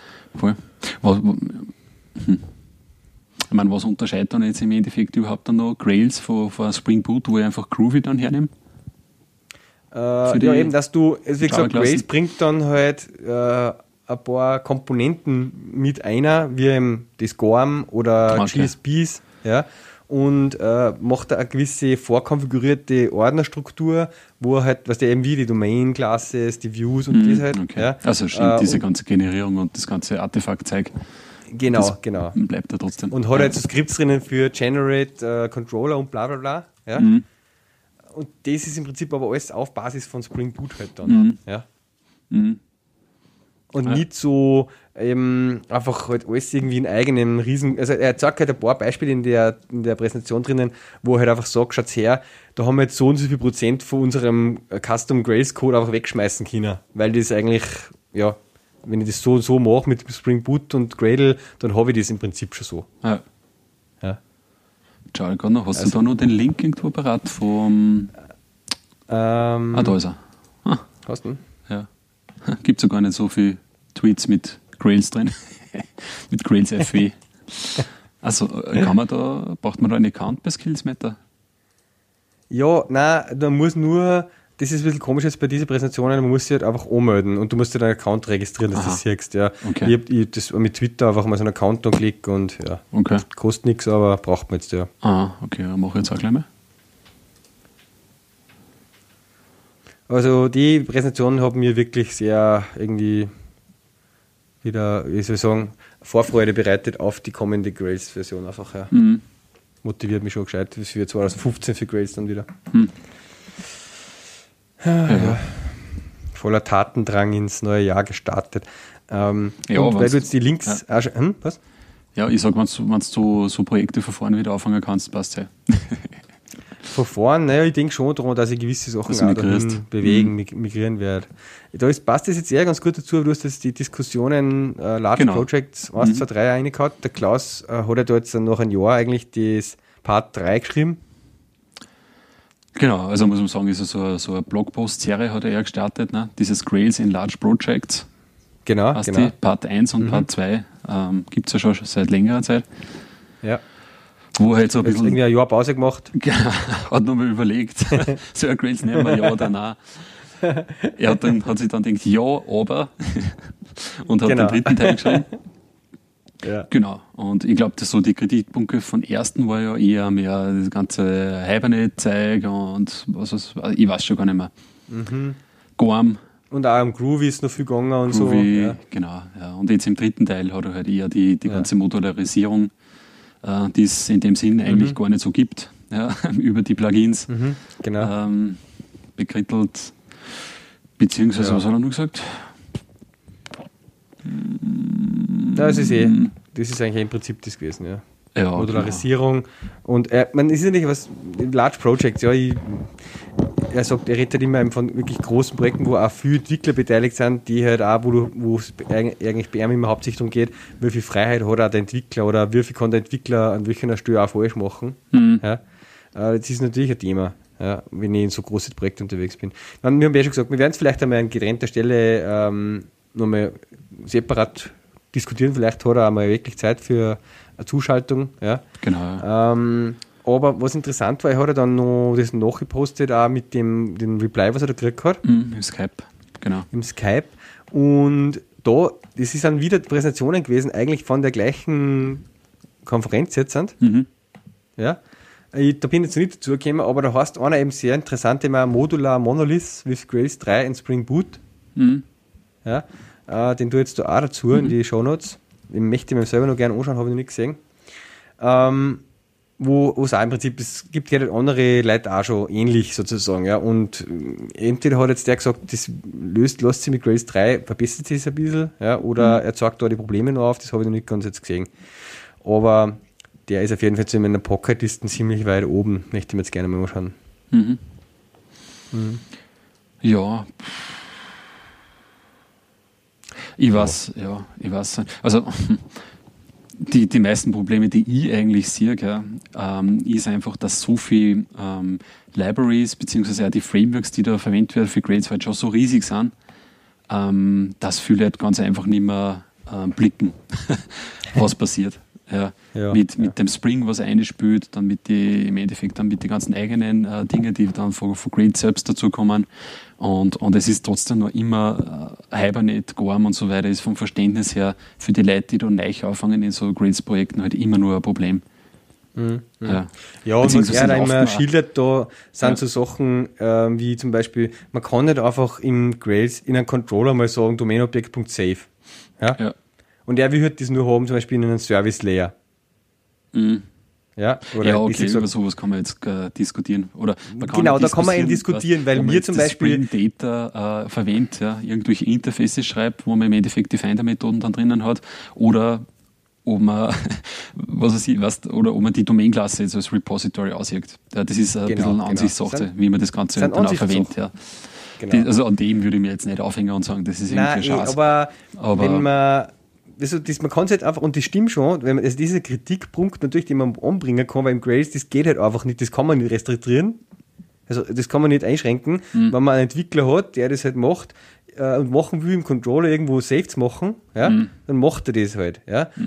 Ich meine, was unterscheidet dann jetzt im Endeffekt überhaupt dann noch Grails von Spring Boot, wo ich einfach Groovy dann hernehme? Ja, eben, dass du, also wie gesagt, Grails bringt dann halt ein paar Komponenten mit einer, wie eben das GORM oder GSPs, ja, und macht da eine gewisse vorkonfigurierte Ordnerstruktur, wo er halt, was der eben wie die Domain-Classes, die Views und das halt. Okay. Ja. Also stimmt, diese ganze Generierung und das ganze Artefaktzeug. Genau. Bleibt da trotzdem. Und hat halt so Skripts drinnen für Generate, Controller und bla bla bla. Ja. Und das ist im Prinzip aber alles auf Basis von Spring Boot halt dann. Ja. Und nicht so einfach halt alles irgendwie in eigenen Riesen... Also er zeigt halt ein paar Beispiele in der Präsentation drinnen, wo er halt einfach sagt, schaut's her, da haben wir jetzt so und so viel Prozent von unserem Custom Grails Code einfach wegschmeißen können. Weil das eigentlich, ja, wenn ich das so mache mit Spring Boot und Gradle, dann habe ich das im Prinzip schon so. Ja. Schau ich gerade noch, hast du da noch den Link irgendwo parat vom... da ist er. Hast du ihn? Ja. Gibt es ja gar nicht so viele Tweets mit Grails drin. Mit Grails FW. Also braucht man da einen Account bei Skillsmatter? Ja, nein, da muss nur, das ist ein bisschen komisch jetzt bei diesen Präsentationen, man muss sich halt einfach anmelden und du musst dir deinen Account registrieren, dass du das siehst. Ja. Okay. Ich habe das mit Twitter einfach mal so einen Account angeklickt und ja, kostet nichts, aber braucht man jetzt ja. Okay, dann mache ich jetzt auch gleich mal. Also die Präsentation hat mir wirklich sehr irgendwie wieder, wie soll ich sagen, Vorfreude bereitet auf die kommende Grails-Version einfach. Ja. Motiviert mich schon gescheit, für 2015 für Grails dann wieder. Ja. Voller Tatendrang ins neue Jahr gestartet. Und weil du jetzt die Links... was? Ja, ich sag, wenn du so Projekte von vorne wieder anfangen kannst, passt ja. Verfahren, naja, ich denke schon daran, dass ich gewisse Sachen auch dahin bewegen, migrieren werde. Passt das jetzt eher ganz gut dazu, du hast jetzt die Diskussionen Large Projects 1, 2, 3 reingehauen. Der Klaus hat ja da jetzt nach einem Jahr eigentlich das Part 3 geschrieben. Genau, also muss man sagen, ist so eine Blogpost-Serie hat er gestartet, ne? Dieses Grails in Large Projects. Genau. Die Part 1 und Part 2 gibt es ja schon seit längerer Zeit. Ja. Wo halt so ein bisschen. Irgendwie ein Jahr Pause gemacht. Hat nochmal überlegt, so ein Grails nehmen wir, ja oder nein. Er hat sich dann gedacht, ja, aber. Und hat den dritten Teil geschrieben. Ja. Genau. Und ich glaube, so die Kritikpunkte von ersten war ja eher mehr das ganze Hibernate-Zeug und ich weiß schon gar nicht mehr. Gorm. Und auch am Groovy ist noch viel gegangen und Groovy, so. Ja. Genau, ja. Und jetzt im dritten Teil hat er halt eher die ganze Modularisierung, die es in dem Sinn eigentlich gar nicht so gibt, ja, über die Plugins bekrittelt. Beziehungsweise, was hat er noch gesagt? Das ist eigentlich im Prinzip das gewesen, ja. Modularisierung. Genau. Und man ist ja nicht was, Large Projects, ja, er sagt, er redet halt immer von wirklich großen Projekten, wo auch viele Entwickler beteiligt sind, die halt auch, wo es eigentlich bei ihm immer hauptsächlich darum geht, wie viel Freiheit hat auch der Entwickler oder wie viel kann der Entwickler an welcher Stelle auch falsch machen. Ja. Das ist natürlich ein Thema, ja, wenn ich in so große Projekte unterwegs bin. Wir haben ja schon gesagt, wir werden es vielleicht einmal an getrennter Stelle nochmal separat diskutieren, vielleicht hat er auch mal wirklich Zeit für eine Zuschaltung. Ja. Genau. Aber was interessant war, er hat er dann noch das nachgepostet, auch mit dem Reply, was er da gekriegt hat. Im Skype, genau. Im Skype. Und das sind wieder Präsentationen gewesen, eigentlich von der gleichen Konferenz jetzt sind. Ja. Da bin ich jetzt nicht dazu gekommen, aber da heißt einer eben sehr interessant, immer Modular Monolith with Grails 3 and Spring Boot. Ja. Den tue ich jetzt da auch dazu in die Shownotes. Ich möchte mir selber noch gerne anschauen, habe ich noch nicht gesehen. Wo es auch im Prinzip, es gibt ja andere Leute auch schon ähnlich sozusagen, ja, und entweder hat jetzt der gesagt, das lässt sich mit Grails 3, verbessert sich ein bisschen, ja, oder er zeigt da die Probleme noch auf, das habe ich noch nicht ganz jetzt gesehen. Aber der ist auf jeden Fall zu meiner Pocket-Listen ziemlich weit oben, möchte ich mir jetzt gerne mal anschauen. Ja. Ich weiß. Also, die meisten Probleme, die ich eigentlich sehe, ist einfach, dass so viele Libraries beziehungsweise auch die Frameworks, die da verwendet werden für Grails, halt schon so riesig sind, dass viele halt ganz einfach nicht mehr blicken, was passiert. Mit dem Spring, was einspielt, dann im Endeffekt dann mit den ganzen eigenen Dingen, die dann von Grails selbst dazukommen. Und es ist trotzdem noch immer Hibernate, Gorm und so weiter, ist vom Verständnis her für die Leute, die da neu anfangen in so Grails-Projekten, halt immer nur ein Problem. Ja, und was er da immer schildert, da sind so Sachen wie zum Beispiel, man kann nicht einfach im Grails in einem Controller mal sagen, domainobject.save. Ja? Und er will halt das nur haben, zum Beispiel in einem Service-Layer. Ja, oder okay, über sowas kann man jetzt diskutieren. Oder man kann da kann man eben diskutieren, weil mir zum Beispiel Spring Data verwendet, irgendwelche Interfaces schreibt, wo man im Endeffekt die Finder-Methoden dann drinnen hat, oder ob man oder ob man die Domain-Klasse jetzt als Repository aushirgt. Ja, das ist ein bisschen eine Ansichtssache, wie man das Ganze dann auch verwendet. Ja. Genau. Also an dem würde ich mir jetzt nicht aufhängen und sagen, das ist irgendwie Schatz. Aber wenn man man kann es halt einfach, und das stimmt schon, wenn man, also dieser Kritikpunkt natürlich, den man anbringen kann, weil im Grails, das geht halt einfach nicht, das kann man nicht restriktieren, also das kann man nicht einschränken, wenn man einen Entwickler hat, der das halt macht und machen will, im Controller irgendwo Saves machen, dann macht er das halt.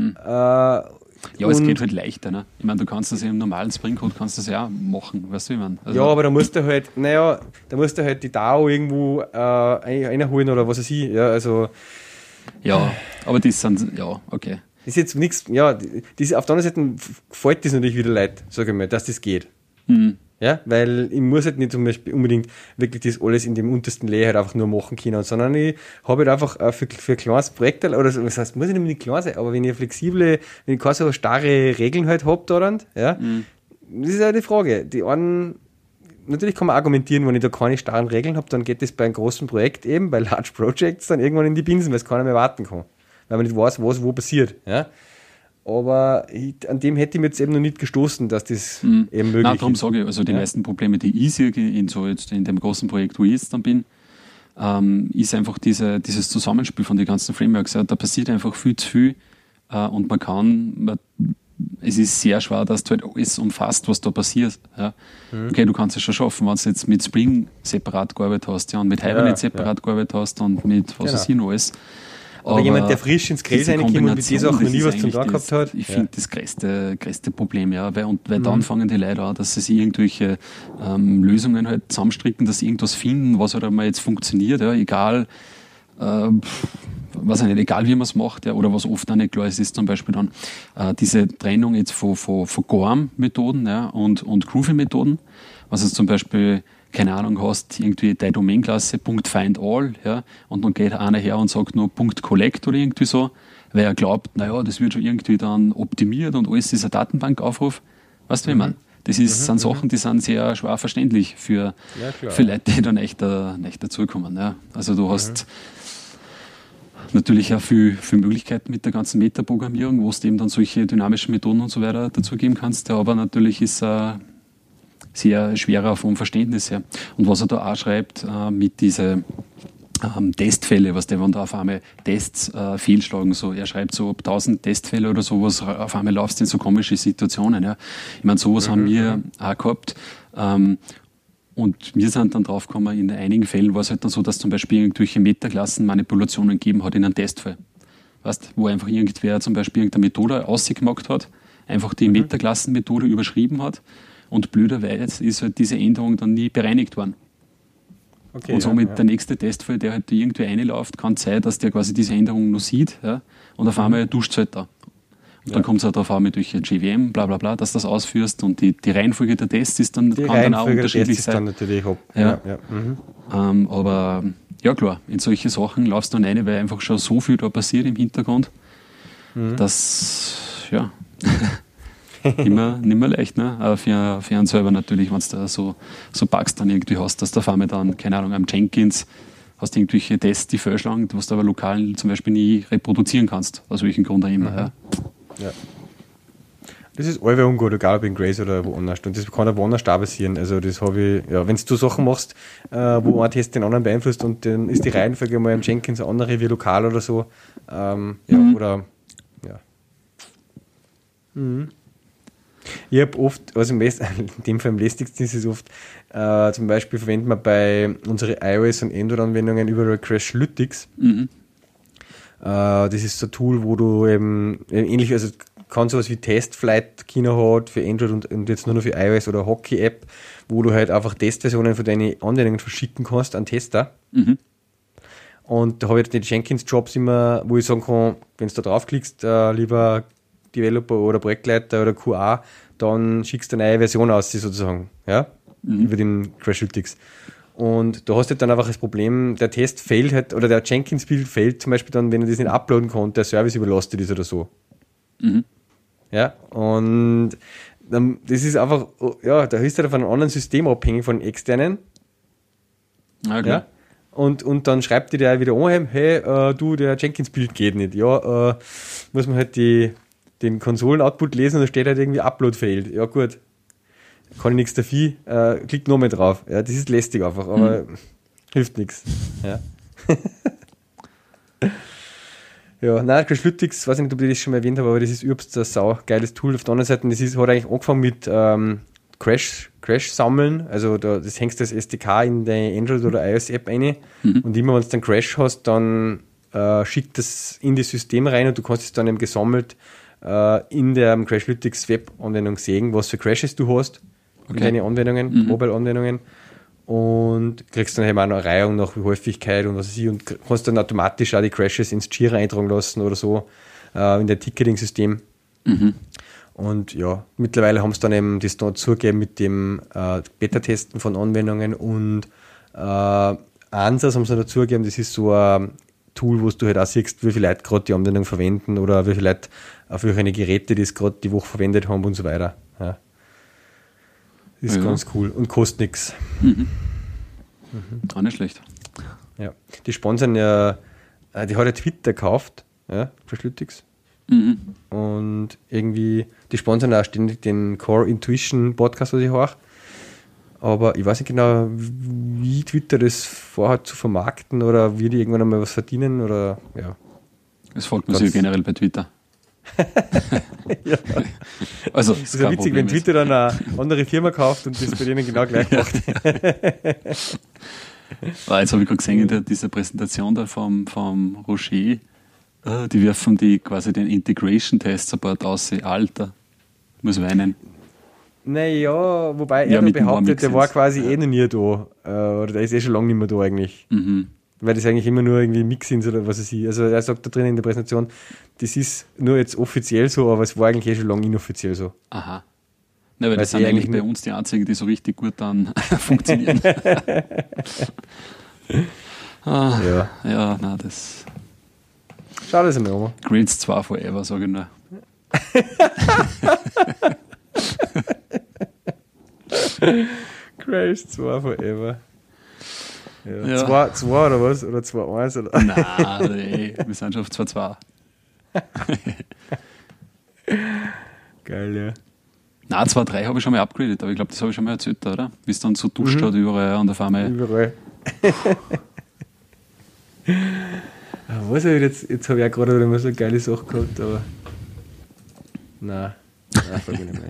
Es geht halt leichter, ne? Ich meine, du kannst das im normalen Spring-Code kannst das ja auch machen, weißt du, wie man. Also aber da musst du halt, die DAO irgendwo reinholen oder was weiß ich, ja, also. Ja, aber das sind, okay. Das ist jetzt nichts, auf der anderen Seite gefällt das natürlich wieder Leid, sage ich mal, dass das geht. Ja, weil ich muss halt nicht zum Beispiel unbedingt wirklich das alles in dem untersten Layer halt einfach nur machen können, sondern ich habe halt einfach für ein kleines Projekt, oder so, das heißt, muss ich nicht klein sein, aber wenn ich wenn ich keine so starre Regeln halt habe daran, das ist ja die Frage. Die einen, natürlich kann man argumentieren, wenn ich da keine starren Regeln habe, dann geht das bei einem großen Projekt eben, bei Large Projects, dann irgendwann in die Binsen, weil es keiner mehr warten kann. Weil man nicht weiß, was wo passiert. Ja? aber an dem hätte ich mir jetzt eben noch nicht gestoßen, dass das eben möglich Nein, darum sage ich, also die meisten Probleme, die ich sehe jetzt in dem großen Projekt, wo ich jetzt dann bin, ist einfach dieses Zusammenspiel von den ganzen Frameworks. Ja. Da passiert einfach viel zu viel und es ist sehr schwer, dass du halt alles umfasst, was da passiert. Ja. Okay, du kannst es schon schaffen, wenn du jetzt mit Spring separat gearbeitet hast, ja, und mit Hibernate separat gearbeitet hast und mit was weiß ich noch alles. Aber jemand, der frisch ins Grace reinkommt und mit dieser Sachen noch nie was zum Tag gehabt hat. Ich finde das größte Problem, ja, weil dann fangen die Leute an, dass sie sich irgendwelche Lösungen halt zusammenstricken, dass sie irgendwas finden, was halt einmal jetzt funktioniert, ja, egal, weiß ich nicht, egal wie man es macht, ja, oder was oft auch nicht klar ist zum Beispiel dann diese Trennung jetzt von Gorm-Methoden, ja, und Groovy-Methoden, was jetzt zum Beispiel, keine Ahnung, hast irgendwie deine Domain-Klasse .findAll, ja, und dann geht einer her und sagt nur .collect oder irgendwie so, weil er glaubt, naja, das wird schon irgendwie dann optimiert und alles ist ein Datenbankaufruf. Weißt du, wie ich meine? Das sind Sachen, die sind sehr schwer verständlich für Leute, die dann echt dazukommen. Ja. Also du hast natürlich auch viel Möglichkeiten mit der ganzen Metaprogrammierung, wo du eben dann solche dynamischen Methoden und so weiter dazugeben kannst, ja, aber natürlich ist sehr schwerer vom Verständnis her. Und was er da auch schreibt, mit diese Testfälle, was der, wenn da auf einmal Tests fehlschlagen, so, er schreibt so, ob 1000 Testfälle oder sowas, auf einmal laufst du in so komische Situationen, ja. Ich meine, sowas haben wir auch gehabt, und wir sind dann draufgekommen, in einigen Fällen war es halt dann so, dass zum Beispiel irgendwelche Metaklassen-Manipulationen gegeben hat in einem Testfall. Weißt, wo einfach irgendwer zum Beispiel irgendeine Methode ausgemacht hat, einfach die Metaklassen-Methode überschrieben hat, und blöderweise ist halt diese Änderung dann nie bereinigt worden. Okay, und somit der nächste Testfall, der halt irgendwie reinläuft, kann sein, dass der quasi diese Änderung noch sieht, ja, und auf einmal duscht es halt da. Und dann kommt es halt darauf an, mit welcher JVM, bla bla bla, dass du das ausführst, und die Reihenfolge der Tests ist dann, kann dann auch unterschiedlich sein. Ist dann natürlich aber ja klar, in solche Sachen laufst du dann rein, weil einfach schon so viel da passiert im Hintergrund, dass ja immer nicht mehr leicht, ne? Aber für einen selber natürlich, wenn du da so Bugs dann irgendwie hast, dass du auf einmal dann, keine Ahnung, am Jenkins hast du irgendwelche Tests, die fehlschlagen, was du aber lokal zum Beispiel nie reproduzieren kannst, aus welchem Grund auch immer. Ja. Das ist allweil ungut, egal ob in Grace oder woanders. Und das kann auch woanders da passieren. Also das habe ich, ja, wenn du Sachen machst, wo ein Test den anderen beeinflusst und dann ist die Reihenfolge mal am Jenkins eine andere wie lokal oder so. Oder ja. Ich habe oft, also in dem Fall am lästigsten ist es oft, zum Beispiel verwenden wir bei unseren iOS- und Android-Anwendungen überall Crashlytics. Das ist so ein Tool, wo du eben ähnlich, also kann sowas wie Testflight Kino hat für Android und jetzt nur noch für iOS oder Hockey-App, wo du halt einfach Testversionen von deinen Anwendungen verschicken kannst an Tester. Und da habe ich die Jenkins-Jobs immer, wo ich sagen kann, wenn du da draufklickst, lieber Developer oder Projektleiter oder QA, dann schickst du eine neue Version aus, sozusagen, ja, über den Crashlytics. Und da hast du dann einfach das Problem, der Test fehlt halt, oder der Jenkins-Bild fehlt zum Beispiel dann, wenn er das nicht uploaden kann, der Service überlastet ist oder so. Ja, und dann, das ist einfach, ja, da ist er von einem anderen System abhängig, von externen. Okay. Ja. Und dann schreibt dir der wieder an, hey, du, der Jenkins-Bild geht nicht. Ja, muss man halt den Konsolen-Output lesen und da steht halt irgendwie Upload failed. Ja, gut. Kann ich nichts dafür, klick nochmal drauf. Ja, das ist lästig einfach, aber hilft nichts. Ja. Ja, nein, Crashlytics, weiß ich nicht, ob ich das schon mal erwähnt habe, aber das ist übelst ein saugeiles Tool. Auf der anderen Seite, hat eigentlich angefangen mit Crash sammeln, also das hängst das SDK in deine Android- oder iOS-App rein und immer, wenn du dann Crash hast, dann schickt das in das System rein und du kannst es dann eben gesammelt in der Crashlytics Web-Anwendung sehen, was für Crashes du hast in deine Anwendungen, Mobile-Anwendungen, und kriegst dann eben auch eine Reihung nach Häufigkeit und was weiß ich, und kannst dann automatisch auch die Crashes ins Jira eintragen lassen oder so in der Ticketing-System. Und ja, mittlerweile haben sie dann eben das dazugegeben mit dem Beta-Testen von Anwendungen, und Ansatz haben sie dazugegeben, das ist so ein Tool, wo du halt auch siehst, wie viele Leute gerade die Anwendung verwenden oder wie viele Leute auf welche Geräte das gerade die Woche verwendet haben und so weiter. Ja. Das ist ganz cool und kostet nichts. Auch nicht schlecht. Ja. Die sponsern ja, die hat ja Twitter gekauft, ja, Crashlytics. Und irgendwie, die sponsern auch ständig den Core Intuition Podcast, was ich höre. Aber ich weiß nicht genau, wie Twitter das vorhat zu vermarkten oder wie die irgendwann einmal was verdienen oder ja. Das folgt man sich ja generell bei Twitter. Ja. Also, Das ist ja witzig, wenn Twitter dann eine andere Firma kauft und das bei denen genau gleich macht. Jetzt habe ich gerade gesehen, in dieser Präsentation da vom Rocher, die werfen die quasi den Integration Test Support aus. Alter, muss weinen. Naja, wobei Ja, er mit da dem behauptet, der war Warmix quasi eh noch nie da. Oder der ist eh schon lange nicht mehr da eigentlich. Weil das eigentlich immer nur irgendwie Mix sind oder was weiß ich. Also er sagt da drin in der Präsentation, das ist nur jetzt offiziell so, aber es war eigentlich eh schon lange inoffiziell so. Aha. Na, weil das sie sind eigentlich eigentlich bei uns die einzigen, die so richtig gut dann funktionieren. Ja. Ja, na, das. Schau das einmal an. Grades 2 forever, sage ich nur. Crash 2 forever. Ja. Ja. 2 oder was? Oder 2-1 oder? Nein, nee, wir sind schon auf 2-2. Geil, ja. Nein, 2-3 habe ich schon mal upgradet, aber ich glaube, das habe ich schon mal erzählt, oder? Wie es dann so duscht hat überall und auf einmal. Überall. Was habe ich jetzt habe ich auch gerade wieder mal so eine geile Sache gehabt, aber. Nein, frag mich nicht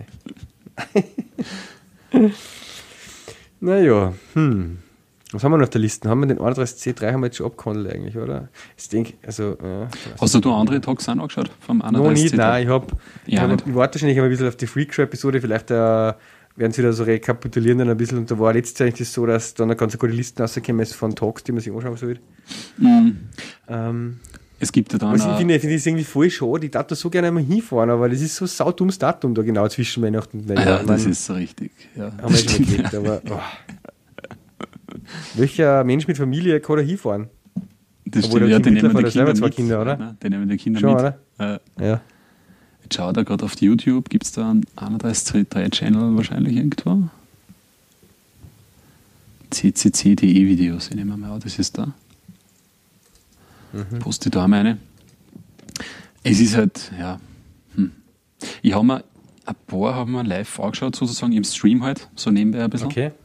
mehr. Naja, was haben wir noch auf der Liste? Haben wir den 31C3 haben wir jetzt schon abgehandelt eigentlich, oder? Ich denke, also, ja. Hast du andere Talks auch angeschaut? Vom 31C3? Noch nicht, nein, ich nicht. warte wahrscheinlich ein bisschen auf die Freakshow-Episode, vielleicht werden sie wieder so rekapitulieren dann ein bisschen und da war letztes Jahr eigentlich das so, dass dann eine ganz gute Listen rausgekommen ist von Talks, die man sich anschauen soll. Es gibt ja dann. Was ich finde es irgendwie voll schade, ich darf da so gerne einmal hinfahren, aber das ist so ein saudummes Datum da genau zwischen Weihnachten und Neujahr. Ja, das ist so richtig. Ja, haben wir schon mal gekriegt, aber welcher Mensch mit Familie kann da hinfahren? Das Obwohl, stimmt, ja, der die Tim nehmen Mittler die hat ja Kinder selber zwei mit. Kinder, oder? Ja, die nehmen die Kinder Schon, mit. oder? Ja. Jetzt schaue da gerade auf YouTube, gibt es da einen 31C3-Channel wahrscheinlich irgendwo? CCC.de-Videos, ich nehme mal an, das ist da. Poste da mal eine. Es ist halt, ja. Ich habe mir ein paar haben wir live angeschaut, sozusagen im Stream halt, so nebenbei ein bisschen. Okay.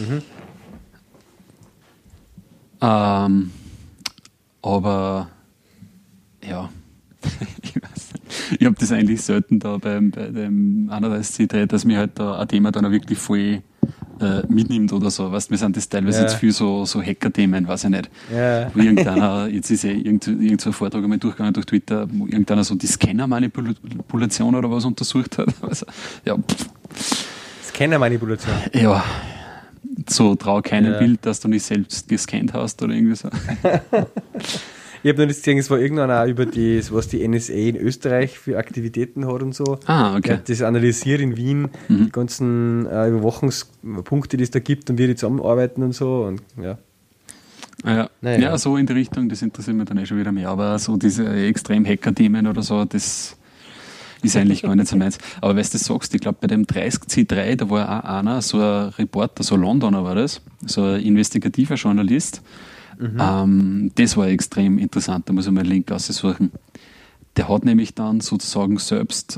Aber ja, ich weiß nicht. Ich habe das eigentlich selten da bei dem 31C3, dass mir halt da ein Thema dann auch wirklich voll mitnimmt oder so. Weißt, wir sind das teilweise jetzt viel so Hacker-Themen, weiß ich nicht. Ja. Wo irgendeiner, jetzt ist ja irgend so ein Vortrag einmal durchgegangen durch Twitter, wo irgendeiner so die Scanner-Manipulation oder was untersucht hat. Also, ja, Scanner-Manipulation. ja, so trau keinem Bild, dass du nicht selbst gescannt hast oder irgendwie so. Ich habe noch nicht gesehen, es war irgendeiner auch über das, was die NSA in Österreich für Aktivitäten hat und so. Ah, okay. Er hat das analysiert in Wien, die ganzen Überwachungspunkte, die es da gibt und wie die zusammenarbeiten und so. Und, ja. Ja. Naja. Ja, so in die Richtung, das interessiert mich dann schon wieder mehr. Aber so diese extrem Hacker-Themen oder so, das ist eigentlich gar nicht so meins. Aber weißt du, sagst, ich glaube, bei dem 30C3, da war auch einer, so ein Reporter, so Londoner war das, so ein investigativer Journalist. Das war extrem interessant, da muss ich mal einen Link aussuchen. Der hat nämlich dann sozusagen selbst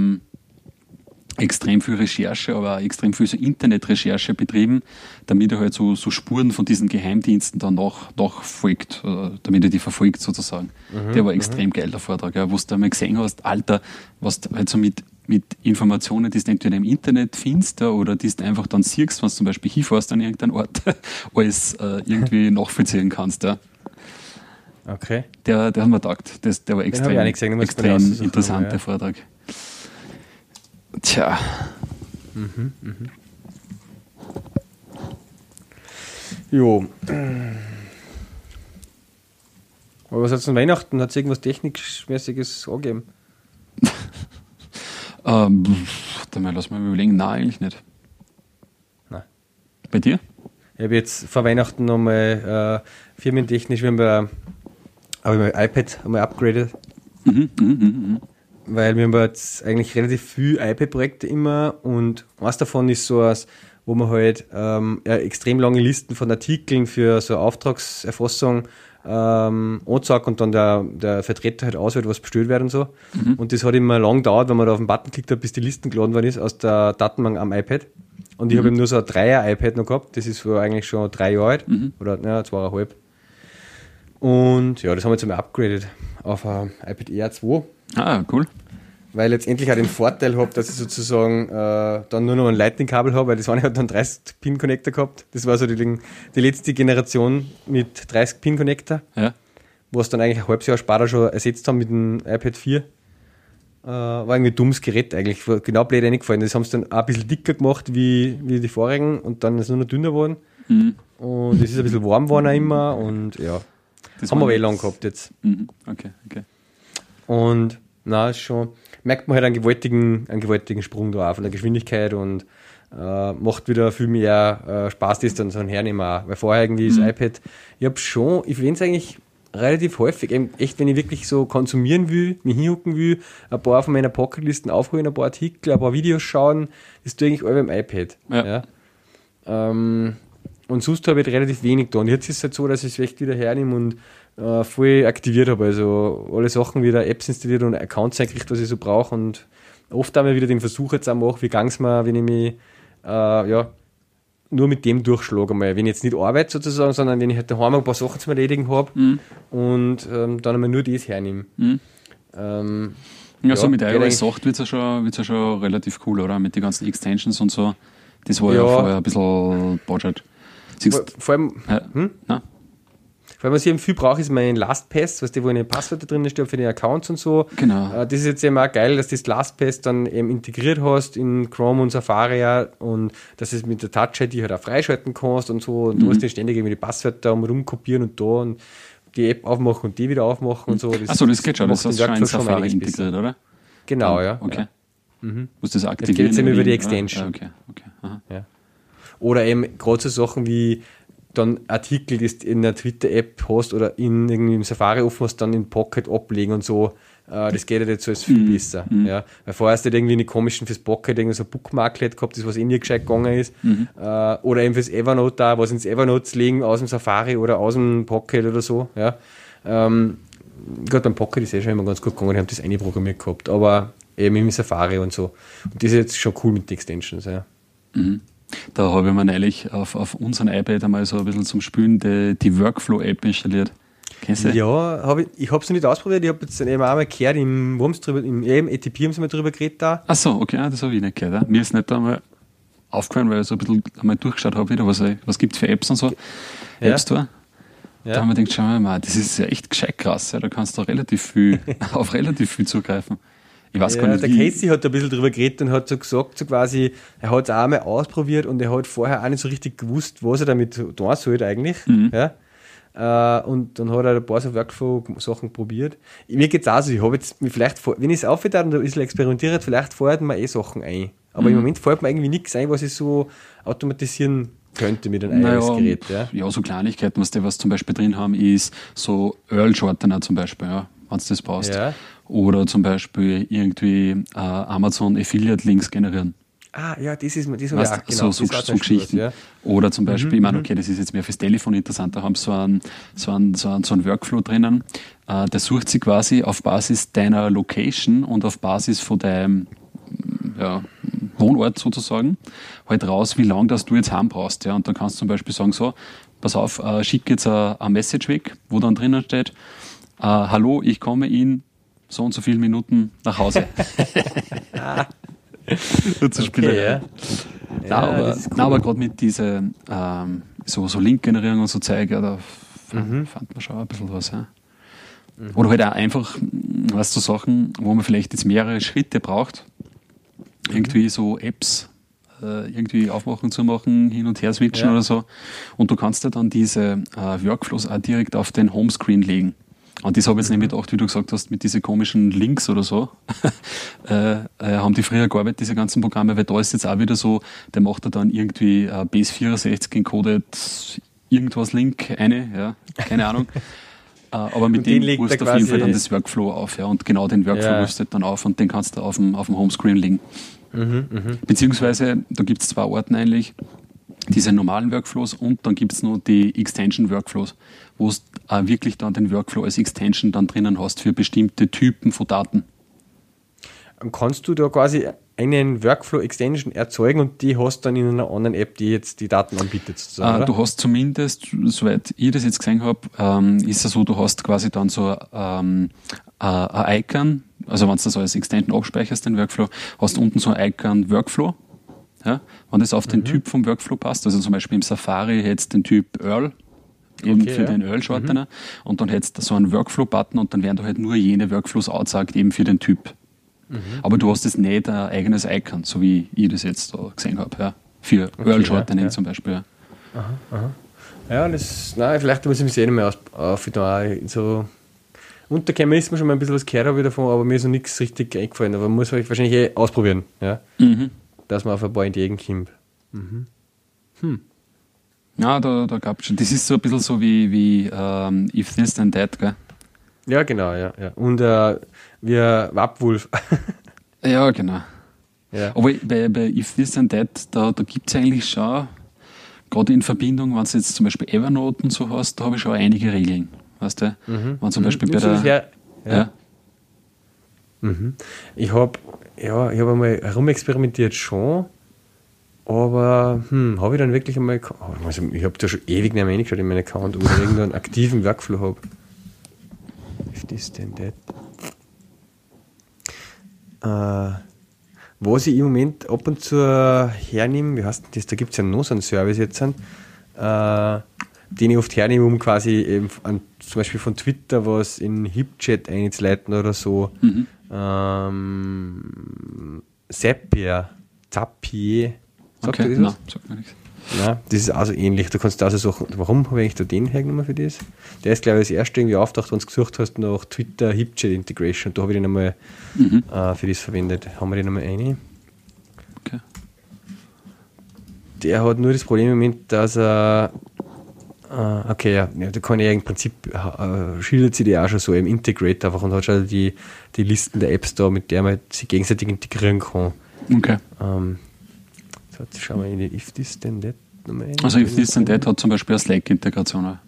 extrem viel Recherche, aber auch extrem viel so Internetrecherche betrieben, damit er halt so Spuren von diesen Geheimdiensten dann nachfolgt, damit er die verfolgt sozusagen. Der war extrem geil, der Vortrag, ja, wo du einmal gesehen hast, Alter, was du halt so mit Informationen, die du entweder im Internet findest, ja, oder die du einfach dann siehst, wenn du zum Beispiel hinfährst an irgendeinen Ort, alles irgendwie nachvollziehen kannst. Ja. Okay. Der hat mir gedacht, der war extrem, extrem interessanter Vortrag. Tja. Jo. Aber was hat es an Weihnachten? Hat es irgendwas Technikmäßiges angegeben? Lass mal überlegen. Nein, eigentlich nicht. Nein. Bei dir? Ich habe jetzt vor Weihnachten nochmal firmentechnisch, habe ich mein iPad einmal upgradet. Weil wir haben jetzt eigentlich relativ viel iPad-Projekte immer und eins davon ist so, wo man halt extrem lange Listen von Artikeln für so Auftragserfassung anzeigt und dann der Vertreter halt auswählt, was bestellt wird und so. Und das hat immer lang gedauert, wenn man da auf den Button geklickt hat, bis die Listen geladen worden ist aus der Datenbank am iPad. Und ich habe eben nur so ein 3er-iPad noch gehabt, das ist eigentlich schon 3 Jahre alt, oder 2,5. Und ja, das haben wir jetzt einmal upgraded auf ein iPad Air 2. Ah, cool. Weil jetzt endlich auch den Vorteil habe, dass ich sozusagen dann nur noch ein Lightning-Kabel habe, weil das eine hat dann 30-Pin-Connector gehabt. Das war so die letzte Generation mit 30-Pin-Connector, was dann eigentlich ein halbes Jahr später schon ersetzt haben mit dem iPad 4. War irgendwie ein dummes Gerät eigentlich, war genau blöd reingefallen. Das haben sie dann auch ein bisschen dicker gemacht wie die vorigen und dann ist es nur noch dünner geworden. Und es ist ein bisschen warm geworden auch immer und ja, das haben wir lang gehabt jetzt. Okay. Und na, schon merkt man halt einen gewaltigen Sprung da auch von der Geschwindigkeit und macht wieder viel mehr Spaß, das dann so hernehmen auch. Weil vorher irgendwie das iPad, ich verwende es eigentlich relativ häufig, echt, wenn ich wirklich so konsumieren will, mich hinhucken will, ein paar von meiner Pocketlisten aufholen, ein paar Artikel, ein paar Videos schauen, das tue ich eigentlich alle im iPad. Ja. Und sonst habe ich relativ wenig da. Und jetzt ist es halt so, dass ich es echt wieder hernehme und voll aktiviert habe. Also alle Sachen wieder, Apps installiert und Accounts eingerichtet, was ich so brauche. Und oft einmal wieder den Versuch jetzt auch mache, wie ging es mir, wenn ich mich nur mit dem durchschlage einmal. Wenn ich jetzt nicht arbeite sozusagen, sondern wenn ich halt daheim ein paar Sachen zum Erledigen habe und dann einmal nur das hernehme. So mit iOS 8 wird es ja schon relativ cool, oder? Mit den ganzen Extensions und so. Das war ja vorher ein bisschen Budget. Vor allem, was ich eben viel brauche, ist mein LastPass, wo eine Passwörter drin stehen für die Accounts und so. Genau. Das ist jetzt eben auch geil, dass du das LastPass dann eben integriert hast in Chrome und Safari und dass du es mit der Touch-ID halt auch freischalten kannst und so. Und du musst nicht ständig irgendwie die Passwörter rumkopieren und da und die App aufmachen und die wieder aufmachen und so. Achso, das geht schon. Das ist schon in Safari integriert, oder? Genau, ja. Okay. Ja. Musst du das aktivieren? Das geht jetzt eben über die Extension. Okay. Aha. Ja. Oder eben gerade so Sachen wie dann Artikel, die du in einer Twitter-App hast oder irgendwie im Safari offen hast, dann in Pocket ablegen und so. Das geht ja jetzt so als viel besser. Ja. Weil vorher hast du irgendwie eine komischen fürs Pocket irgendwie so ein Bookmarklet gehabt, das was nie gescheit gegangen ist. Oder eben fürs Evernote da, was ins Evernote legen aus dem Safari oder aus dem Pocket oder so. Ja. Gerade beim Pocket ist schon immer ganz gut gegangen, die haben das einprogrammiert gehabt, aber eben im Safari und so. Und das ist jetzt schon cool mit den Extensions. Ja. Da habe ich mir neulich auf unserem iPad einmal so ein bisschen zum Spülen die Workflow-App installiert. Kennst du? Ja, ich habe es noch nicht ausprobiert. Ich habe jetzt eben auch mal gehört, im ATP haben sie mal drüber geredet da. Ach so, okay, das habe ich nicht gehört. Mir ist nicht einmal aufgefallen, weil ich so ein bisschen einmal durchgeschaut habe wieder, was gibt es für Apps und so. App Store. Ja. Da haben wir gedacht, schau mal, das ist ja echt gescheit krass. Ja, da kannst du auf relativ viel zugreifen. Ich weiß gar nicht, der Casey hat ein bisschen drüber geredet und hat so gesagt, so quasi, er hat es auch einmal ausprobiert und er hat vorher auch nicht so richtig gewusst, was er damit tun sollte eigentlich. Ja. Und dann hat er ein paar so Workflow-Sachen probiert. Mir geht es auch so, ich habe jetzt vielleicht, wenn ich es aufgetan und ein bisschen experimentiert, vielleicht fällt mir Sachen ein. Aber im Moment fällt mir irgendwie nichts ein, was ich so automatisieren könnte mit einem iOS-Gerät. Ja, so Kleinigkeiten, was zum Beispiel drin haben, ist so Earl-Shortener zum Beispiel, ja, wenn du das brauchst. Ja. Oder zum Beispiel irgendwie Amazon Affiliate-Links generieren. Ah, ja, das ist weißt, auch, genau. So Geschichten. Ja. Oder zum Beispiel, ich meine, okay, das ist jetzt mehr fürs Telefon interessant, da haben sie so einen Workflow drinnen, der sucht sich quasi auf Basis deiner Location und auf Basis von deinem Wohnort sozusagen halt raus, wie lange das du jetzt heim brauchst. Ja. Und dann kannst du zum Beispiel sagen, so, pass auf, schick jetzt ein Message weg, wo dann drinnen steht, hallo, ich komme in so und so viele Minuten nach Hause. Okay, aber gerade mit dieser so Link-Generierung und so Zeug, ja, da fand man schon ein bisschen was. Ja. Oder halt auch einfach, weißt du, Sachen, wo man vielleicht jetzt mehrere Schritte braucht, irgendwie so Apps irgendwie aufmachen, zumachen, hin und her switchen oder so. Und du kannst ja dann diese Workflows auch direkt auf den Homescreen legen. Und das habe ich jetzt nicht gedacht, wie du gesagt hast, mit diesen komischen Links oder so. Haben die früher gearbeitet, diese ganzen Programme, weil da ist jetzt auch wieder so, der macht da dann irgendwie Base64 encoded irgendwas Link keine Ahnung. Aber mit dem musst du auf jeden Fall dann das Workflow auf, ja, und genau den Workflow musst du dann auf und den kannst du auf dem Homescreen legen. Beziehungsweise, da gibt es zwei Arten eigentlich. diese normalen Workflows und dann gibt es noch die Extension Workflows, wo du wirklich dann den Workflow als Extension dann drinnen hast für bestimmte Typen von Daten. Kannst du da quasi einen Workflow-Extension erzeugen und die hast dann in einer anderen App, die jetzt die Daten anbietet? Sozusagen, du hast zumindest, soweit ich das jetzt gesehen habe, ist es so, du hast quasi dann so ein Icon, also wenn du das als Extension abspeicherst, den Workflow, hast du unten so ein Icon Workflow. Ja? Wenn das auf den Typ vom Workflow passt, also zum Beispiel im Safari hättest du den Typ Earl, eben für den Earl-Shortener, und dann hättest du so einen Workflow-Button und dann werden da halt nur jene Workflows angezeigt, eben für den Typ. Aber du hast jetzt nicht ein eigenes Icon, so wie ich das jetzt da gesehen habe, ja. Für Earl-Shortening zum Beispiel. Ja. Aha. Ja, vielleicht muss ich mich sehen mal so unterkämmen ist mir schon mal ein bisschen was gehört habe davon, aber mir ist noch nichts richtig eingefallen. Aber man muss halt wahrscheinlich ausprobieren, ja. Dass man auf ein paar Ideen kommt. Ja, da gab es schon. Das ist so ein bisschen so wie If This Then That, gell? Ja, genau, ja. Und wie Wapwolf. Ja, genau. Ja. Aber bei If This Then That, da gibt es eigentlich schon, gerade in Verbindung, wenn du jetzt zum Beispiel Evernote und so hast, da habe ich schon einige Regeln. Weißt du? Wenn zum Beispiel bei der. Ja. Ich habe einmal herumexperimentiert schon, aber habe ich dann wirklich einmal. Also ich habe da schon ewig nicht mehr reingeschaut in meinen Account, ob ich irgendeinen aktiven Workflow habe. If this then that. Was ich im Moment ab und zu hernehme, wie heißt das? Da gibt es ja noch so einen Service jetzt, den ich oft hernehme, um quasi eben zum Beispiel von Twitter was in HipChat einzuleiten oder so. Zapier. Sagt dir das was? Nein, sagt mir nichts. Nein, das ist also ähnlich. Du kannst also Sachen, warum habe ich eigentlich da den hergenommen für das? Der ist, glaube ich, das erste irgendwie auftaucht, wenn du gesucht hast nach Twitter HipChat Integration. Da habe ich den einmal für das verwendet. Haben wir den einmal eine. Okay. Der hat nur das Problem im Moment, dass er da kann er im Prinzip schildert sie die auch schon so im Integrate einfach und hat schon die Listen der Apps da, mit der man sich gegenseitig integrieren kann. Okay. So, jetzt schauen wir in die If This Then That nochmal ein. Also If This Then That hat zum Beispiel eine Slack-Integration auch.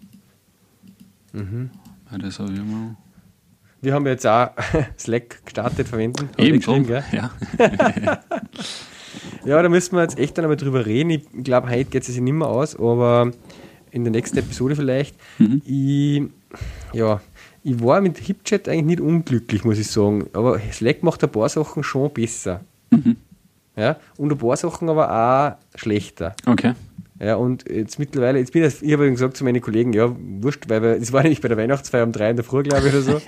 Ja, das habe ich immer. Wir haben jetzt auch Slack gestartet, verwenden. Eben schon, gell? Ja. Ja, da müssen wir jetzt echt dann einmal drüber reden. Ich glaube, heute geht es sich nicht mehr aus, aber in der nächsten Episode vielleicht. Ich war mit HipChat eigentlich nicht unglücklich, muss ich sagen. Aber Slack macht ein paar Sachen schon besser. Ja, und ein paar Sachen aber auch schlechter. Okay. Ja, und jetzt mittlerweile, ich habe gesagt zu meinen Kollegen, ja, wurscht, weil es war nämlich bei der Weihnachtsfeier um 3 in der Früh, glaube ich, oder so,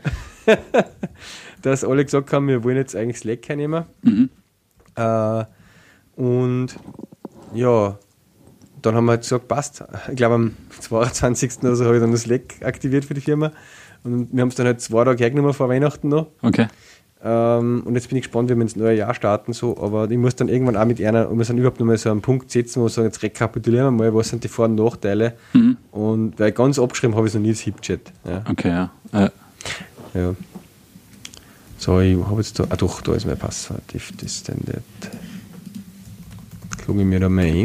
dass alle gesagt haben, wir wollen jetzt eigentlich Slack hernehmen. Und ja, dann haben wir halt gesagt, passt. Ich glaube, am 22. oder so habe ich dann das Slack aktiviert für die Firma. Und wir haben es dann halt 2 Tage hergenommen vor Weihnachten noch. Okay. Und jetzt bin ich gespannt, wie wir ins neue Jahr starten. So. Aber ich muss dann irgendwann auch mit einer, und wir sind überhaupt noch mal so einen Punkt setzen, wo wir sagen, jetzt rekapitulieren wir mal, was sind die Vor- und Nachteile. Und weil ganz abgeschrieben habe ich noch nie das HipChat. Ja. Okay, ja. Ja. So, ich habe jetzt da, doch, da ist mein Passwort. If this then that. Logge ich mir da mal ein.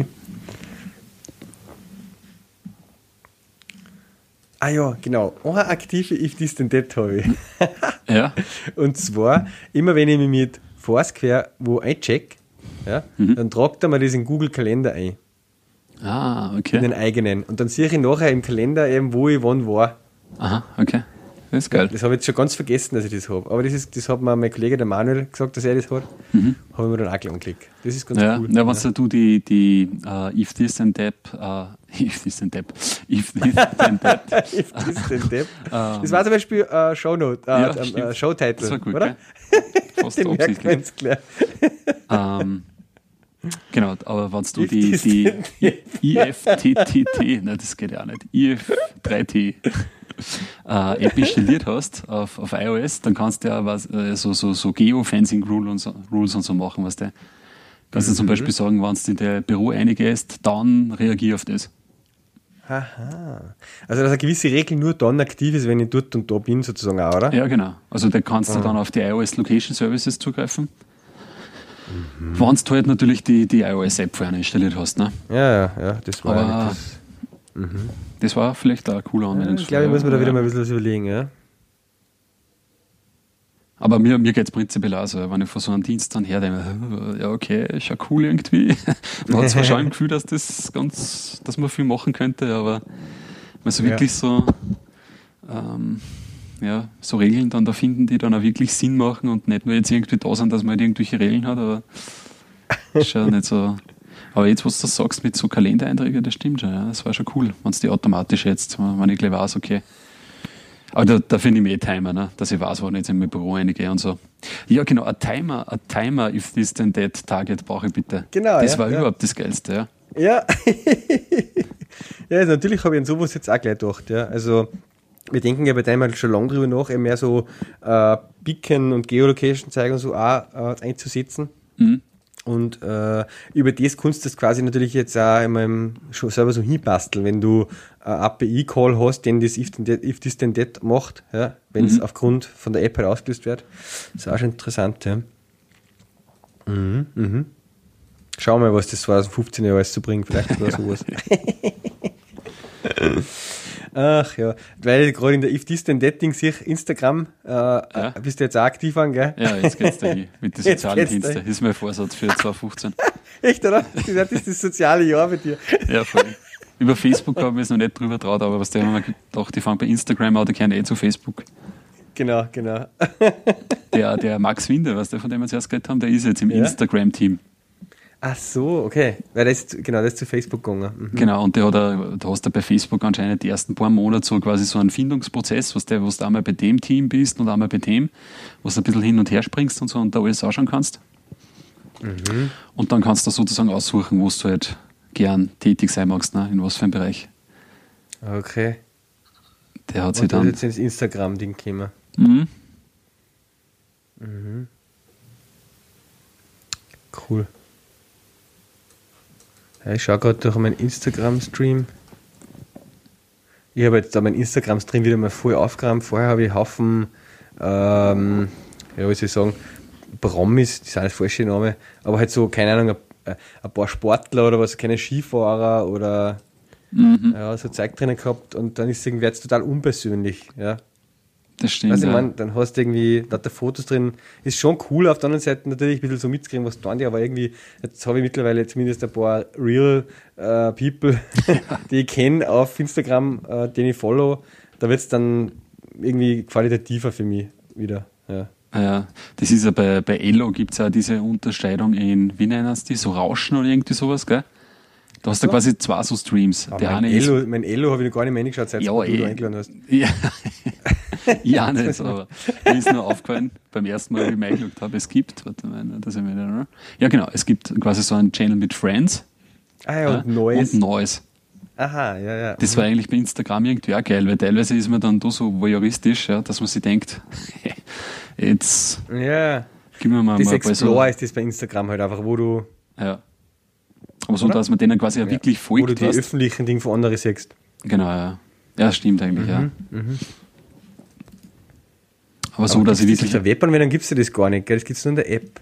Ah ja, genau. Eine aktive If this then that habe ich. Ja. Und zwar, immer wenn ich mich mit Foursquare wo eincheck, ja, dann tragt er mir das in Google Kalender ein. Ah, okay. In den eigenen. Und dann sehe ich nachher im Kalender eben, wo ich wann war. Aha, okay. Das ist geil. Das habe ich jetzt schon ganz vergessen, dass ich das habe. Aber das hat mir mein Kollege, der Manuel, gesagt, dass er das hat. Habe ich mir dann auch gleich angeklickt. Das ist ganz cool. Ja, wenn du die If This Then That If This Then That If this then that. Das war zum Beispiel Shownote, Showtitle, das war gut, oder? Fast Den merkt man absichtlich. jetzt gleich. Genau, aber wenn du die IFTTT, nein, das geht ja auch nicht, IF3T App installiert hast auf iOS, dann kannst du ja so Geo-Fencing-Rules und so machen, weißt du. Kannst du zum Beispiel sagen, wenn du in der Büro eingehst, dann reagier auf das. Aha. Also, dass eine gewisse Regel nur dann aktiv ist, wenn ich dort und da bin, sozusagen auch, oder? Ja, genau. Also, da kannst du dann auf die iOS Location Services zugreifen. Wenn du halt natürlich die iOS-App vorher installiert hast. Ne? Ja, das war Aber ja das. das war vielleicht auch ein cooler Ja, Anwendungsfall. ich glaube, ich muss mir da wieder mal ein bisschen was überlegen, ja. Aber mir geht es prinzipiell auch so, wenn ich von so einem Dienst dann her denke, ja okay, ist ja cool irgendwie. Man hat zwar schon im Gefühl, dass man viel machen könnte, aber man so wirklich so so Regeln dann da finden, die dann auch wirklich Sinn machen und nicht nur jetzt irgendwie da sind, dass man halt irgendwelche Regeln hat, aber ist schon nicht so. Aber jetzt, was du das sagst mit so Kalendereinträgen, das stimmt schon, ja, das war schon cool, wenn es die automatisch jetzt, wenn ich gleich weiß, okay. Aber da finde ich mir Timer, ne? Dass ich weiß, wann ich jetzt in mein Büro reingehe und so. Ja, genau, ein Timer, if this then that Target brauche ich bitte. Genau, das war überhaupt das Geilste, ja. Ja. Ja, also natürlich habe ich an sowas jetzt auch gleich gedacht, ja. Also, wir denken ja bei Timer schon lange drüber nach, eben mehr so Beacon und Geolocation zeigen und so auch einzusetzen. Mhm. Und über das kannst du das quasi natürlich jetzt auch schon selber so hinbasteln, wenn du eine API-Call hast, den das if this then that macht, ja, wenn es aufgrund von der App halt ausgelöst wird. Das ist auch schon interessant, ja. Schauen wir mal, was das 2015 alles zu bringt, vielleicht sogar sowas. Ach ja, weil gerade in der If This Then That Ding sehe ich Instagram, bist du jetzt auch aktiv an, gell? Ja, jetzt geht's da hin mit den sozialen Diensten. Das ist mein Vorsatz für 2015. Echt, oder? Das ist das soziale Jahr bei dir. Ja, voll. Über Facebook habe ich mich noch nicht drüber traut, aber was der haben wir gedacht, die fangen bei Instagram an, die kennen zu Facebook. Genau. Der Max Winder, was der von dem wir zuerst geredet haben, der ist jetzt im Instagram-Team. Ach so, okay. Weil der ist zu Facebook gegangen. Genau, und da hast du bei Facebook anscheinend die ersten paar Monate so quasi so einen Findungsprozess, wo du einmal bei dem Team bist und einmal bei dem, wo du ein bisschen hin und her springst und so und da alles anschauen kannst. Und dann kannst du sozusagen aussuchen, wo du halt gern tätig sein magst, ne? In was für einem Bereich. Okay. Der hat und sich dann... jetzt ins Instagram-Ding gekommen. Cool. Ja, ich schaue gerade durch meinen Instagram-Stream. Ich habe jetzt da meinen Instagram-Stream wieder mal voll aufgeräumt. Vorher habe ich einen Haufen, wie soll ich sagen, Promis, das ist auch das falsche Name, aber halt so, keine Ahnung, ein paar Sportler oder was, keine Skifahrer oder so Zeug drinnen gehabt und dann ist irgendwie jetzt total unpersönlich, ja. Das stimmt. Also, ich meine, dann hast du irgendwie da Fotos drin, ist schon cool, auf der anderen Seite natürlich ein bisschen so mitzukriegen, was tun die, aber irgendwie, jetzt habe ich mittlerweile zumindest ein paar real People, die ich kenne auf Instagram, den ich follow, da wird es dann irgendwie qualitativer für mich wieder, ja. Ja, das ist ja bei Elo gibt es ja diese Unterscheidung in, wie nennen sie die, so Rauschen oder irgendwie sowas, gell? Da hast du quasi zwei so Streams. Der mein Elo habe ich noch gar nicht mehr reingeschaut, seit du eingeladen hast. Ja, ja nicht, aber mir ist nur aufgefallen, beim ersten Mal, wie ich mal geschaut habe, es gibt, ja genau, es gibt quasi so einen Channel mit Friends. Und Noise. Und Noise. Aha, ja. Das war eigentlich bei Instagram irgendwie auch geil, weil teilweise ist man dann da so voyeuristisch, ja, dass man sich denkt, jetzt gib mir mal das mal Explore ist das bei Instagram halt einfach, wo du... Ja. Aber so, dass man denen quasi auch wirklich folgt. Wo du die öffentlichen Dinge von anderen siehst. Genau, ja. Ja, stimmt eigentlich, ja. Aber so, dass ich wirklich... In der Webanwendung gibt es ja das gar nicht, gell? Das gibt es nur in der App.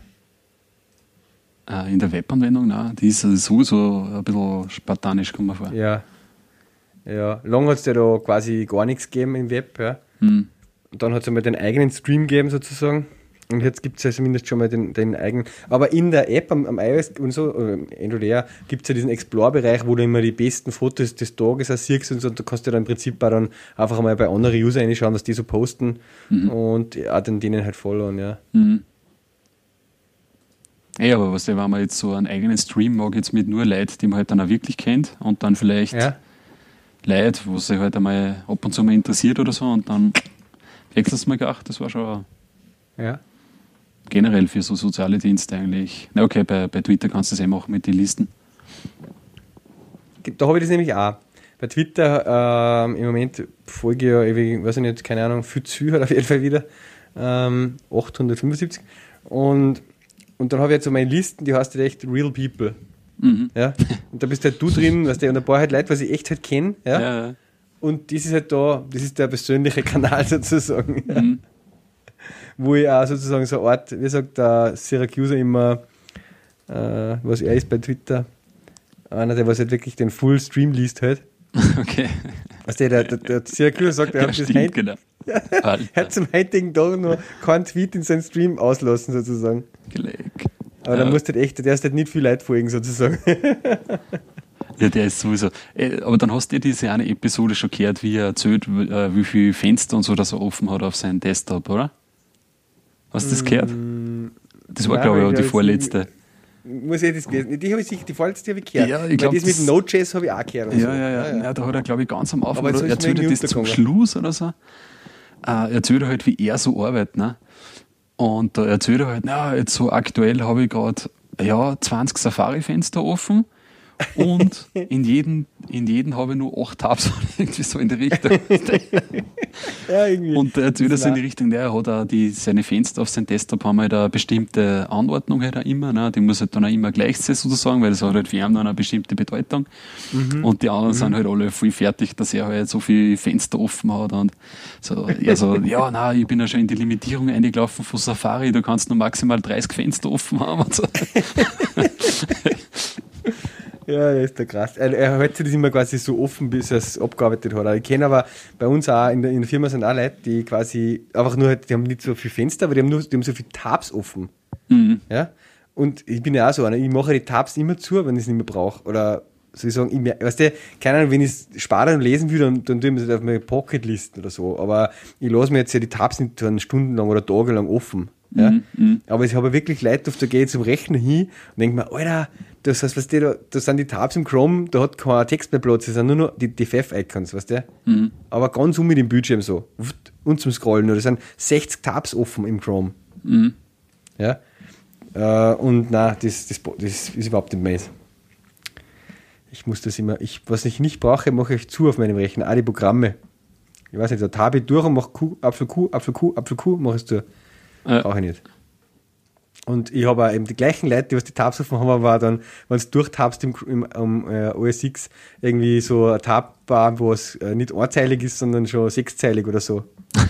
In der Webanwendung, nein. Die ist sowieso ein bisschen spartanisch, kommt mir vor. Ja. Lang hat es ja da quasi gar nichts gegeben im Web, ja. Und dann hat es einmal den eigenen Stream gegeben, sozusagen. Und jetzt gibt es ja zumindest schon mal den eigenen. Aber in der App am iOS und so, oder Android Air, gibt es ja diesen Explore-Bereich, wo du immer die besten Fotos des Tages auch siehst und so. Und da kannst du dann im Prinzip auch dann einfach mal bei anderen User reinschauen, was die so posten und auch dann denen halt followen, ja. Ja, aber wenn man jetzt so einen eigenen Stream mag, jetzt mit nur Leuten, die man halt dann auch wirklich kennt und dann vielleicht Leute, wo sich halt einmal ab und zu mal interessiert oder so und dann wechselst du mal gedacht, das war schon generell für so soziale Dienste eigentlich. Na okay, bei Twitter kannst du das machen mit den Listen. Da habe ich das nämlich auch. Bei Twitter im Moment folge ich weiß ich nicht, keine Ahnung, viel zu hat auf jeden Fall wieder 875 und dann habe ich jetzt so meine Listen, die heißt halt echt Real People. Ja? Und da bist halt du drin, weißt du, und ein paar halt Leute, was ich echt halt kenne. Ja? Und das ist halt da, das ist der persönliche Kanal sozusagen. Wo ich auch sozusagen so eine Art, wie sagt der Syracuser immer, was er ist bei Twitter. Einer, der was halt wirklich den Full Stream liest halt. Okay. Weißt du, der Circle sagt, er hat das stimmt, genau. er hat zum heutigen Tag noch keinen Tweet in seinen Stream auslassen, sozusagen. Geleck. Aber da musst du halt echt, der ist halt nicht viel Leid folgen, sozusagen. Ja, der ist sowieso. Aber dann hast du diese eine Episode schon gehört, wie er erzählt, wie viele Fenster und so, dass er offen hat auf seinem Desktop, oder? Hast du das gehört? Das war, glaube ich, auch die vorletzte. Muss ich das gelesen? Die vorletzte habe ich gehört. Ja, ich glaube, das mit Node.js habe ich auch gehört. Ja, da hat er, glaube ich, ganz am Anfang, Aber oder erzählt er das zum Schluss oder so. Erzählt er halt, wie er so arbeitet, ne? Und da erzählt er halt, na, jetzt so aktuell habe ich gerade 20 Safari-Fenster offen und in jeden habe ich nur 8 Tabs, irgendwie so in die Richtung. Ja, irgendwie. Und er erzählt das in die Richtung, er hat auch seine Fenster auf seinem Desktop haben halt eine bestimmte Anordnung halt auch immer, ne? Die muss halt dann auch immer gleich sein sozusagen, weil das hat halt für ihn dann eine bestimmte Bedeutung. Und die anderen sind halt alle voll fertig, dass er halt so viele Fenster offen hat und so, ich bin ja schon in die Limitierung eingelaufen von Safari, du kannst nur maximal 30 Fenster offen haben und so. Ja, das ist der krass. Er hält sich das immer quasi so offen, bis er es abgearbeitet hat. Ich kenne aber bei uns auch in der Firma sind auch Leute, die quasi einfach nur, die haben nicht so viele Fenster, aber die haben so viele Tabs offen. Mhm. Ja? Und ich bin ja auch so einer, ich mache die Tabs immer zu, wenn ich es nicht mehr brauche. Oder soll ich sagen, weißt du, keine Ahnung, wenn ich es sparen und lesen will, dann tue ich mir auf meine Pocket-Listen oder so. Aber ich lasse mir jetzt ja die Tabs nicht dann stundenlang oder tagelang offen. Ja? Aber ich habe wirklich Leute, da gehe ich zum Rechner hin und denke mir, Alter, das heißt, weißt du, da sind die Tabs im Chrome, da hat kein Text mehr Platz, das sind nur noch die Fav-Icons, weißt du? Aber ganz mit dem Bildschirm so. Und zum Scrollen, da sind 60 Tabs offen im Chrome. Ja? Und nein, das ist überhaupt nicht meins. Ich muss das immer, was ich nicht brauche, mache ich zu auf meinem Rechner. Auch die Programme. Ich weiß nicht, da tabe ich durch und mache Apfel Q, mache ich es zu. Brauche ich nicht. Und ich habe auch eben die gleichen Leute, die was die Tabs offen haben, aber dann, wenn du durchtabst im OS X, irgendwie so ein Tabbar, wo es nicht einzeilig ist, sondern schon 6-zeilig oder so.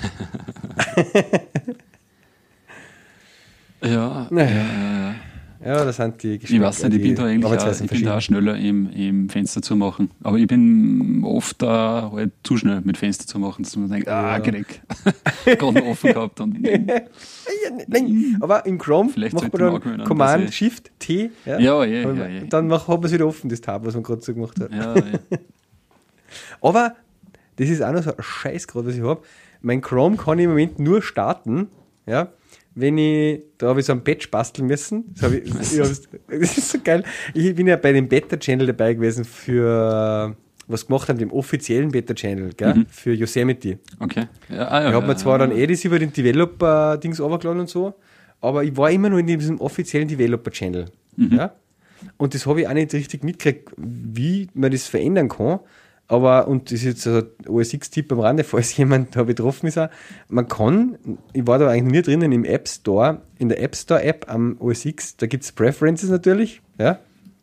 Ja. Ja, das sind die Geschmäcker. Ich weiß nicht, ich bin da eigentlich auch schneller im Fenster zu machen. Aber ich bin oft halt zu schnell mit Fenster zu machen, dass man denkt, Geleck. Gerade noch offen gehabt. Und Nein, aber im Chrome macht man dann Command-Shift-T. Ja. Dann hat man es wieder offen, das Tab, was man gerade so gemacht hat. Ja. Aber das ist auch noch so ein Scheiß gerade, was ich habe. Mein Chrome kann ich im Moment nur starten, ja, da habe ich so einen Patch basteln müssen. Das ist so geil. Ich bin ja bei dem Beta-Channel dabei gewesen für was gemacht haben, dem offiziellen Beta-Channel, für Yosemite. Okay. Ich habe mir zwar dann das über den Developer-Dings runtergeladen und so, aber ich war immer noch in diesem offiziellen Developer-Channel. Ja? Und das habe ich auch nicht richtig mitgekriegt, wie man das verändern kann. Aber, und das ist jetzt ein OS X-Tipp am Rande, falls jemand da betroffen ist, man kann, ich war da eigentlich nie drinnen im App Store, in der App Store App am OS X, da gibt es Preferences natürlich, ja.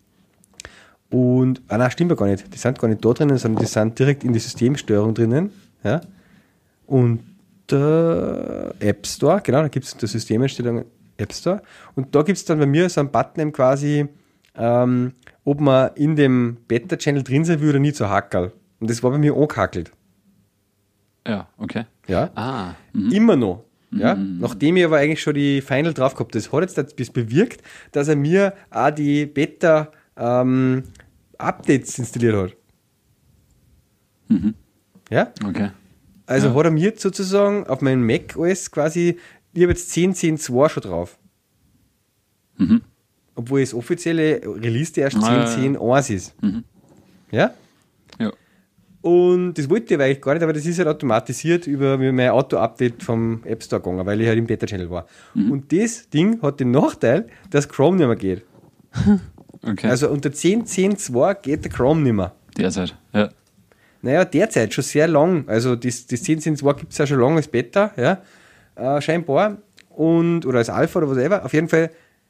Und, nein, stimmt ja gar nicht, die sind gar nicht da drinnen, sondern die sind direkt in die Systemsteuerung drinnen, ja. Und der App Store, genau, da gibt es die Systemeinstellung App Store. Und da gibt es dann bei mir so einen Button quasi, ob man in dem Beta-Channel drin sein würde oder nicht, so Hackerl. Und das war bei mir angehackelt. Ja, okay. Ja. Immer noch. Ja. Nachdem ich aber eigentlich schon die Final drauf gehabt habe. Das hat jetzt bis bewirkt, dass er mir auch die Beta-Updates installiert hat. Ja? Okay. Also hat er mir jetzt sozusagen auf meinem Mac OS quasi, ich habe jetzt 10.10.2 schon drauf. Obwohl das offizielle Release erst 10.10.1 ist. Ja? Ja. Und das wollte ich aber eigentlich gar nicht, aber das ist halt automatisiert über mein Auto-Update vom App Store gegangen, weil ich halt im Beta-Channel war. Und das Ding hat den Nachteil, dass Chrome nicht mehr geht. Okay. Also unter 10.10.2 geht der Chrome nicht mehr. Derzeit, ja. Naja, derzeit schon sehr lang. Also das 10.10.2 gibt es ja schon lange als Beta, ja. Scheinbar. Oder als Alpha oder whatever. Auf jeden Fall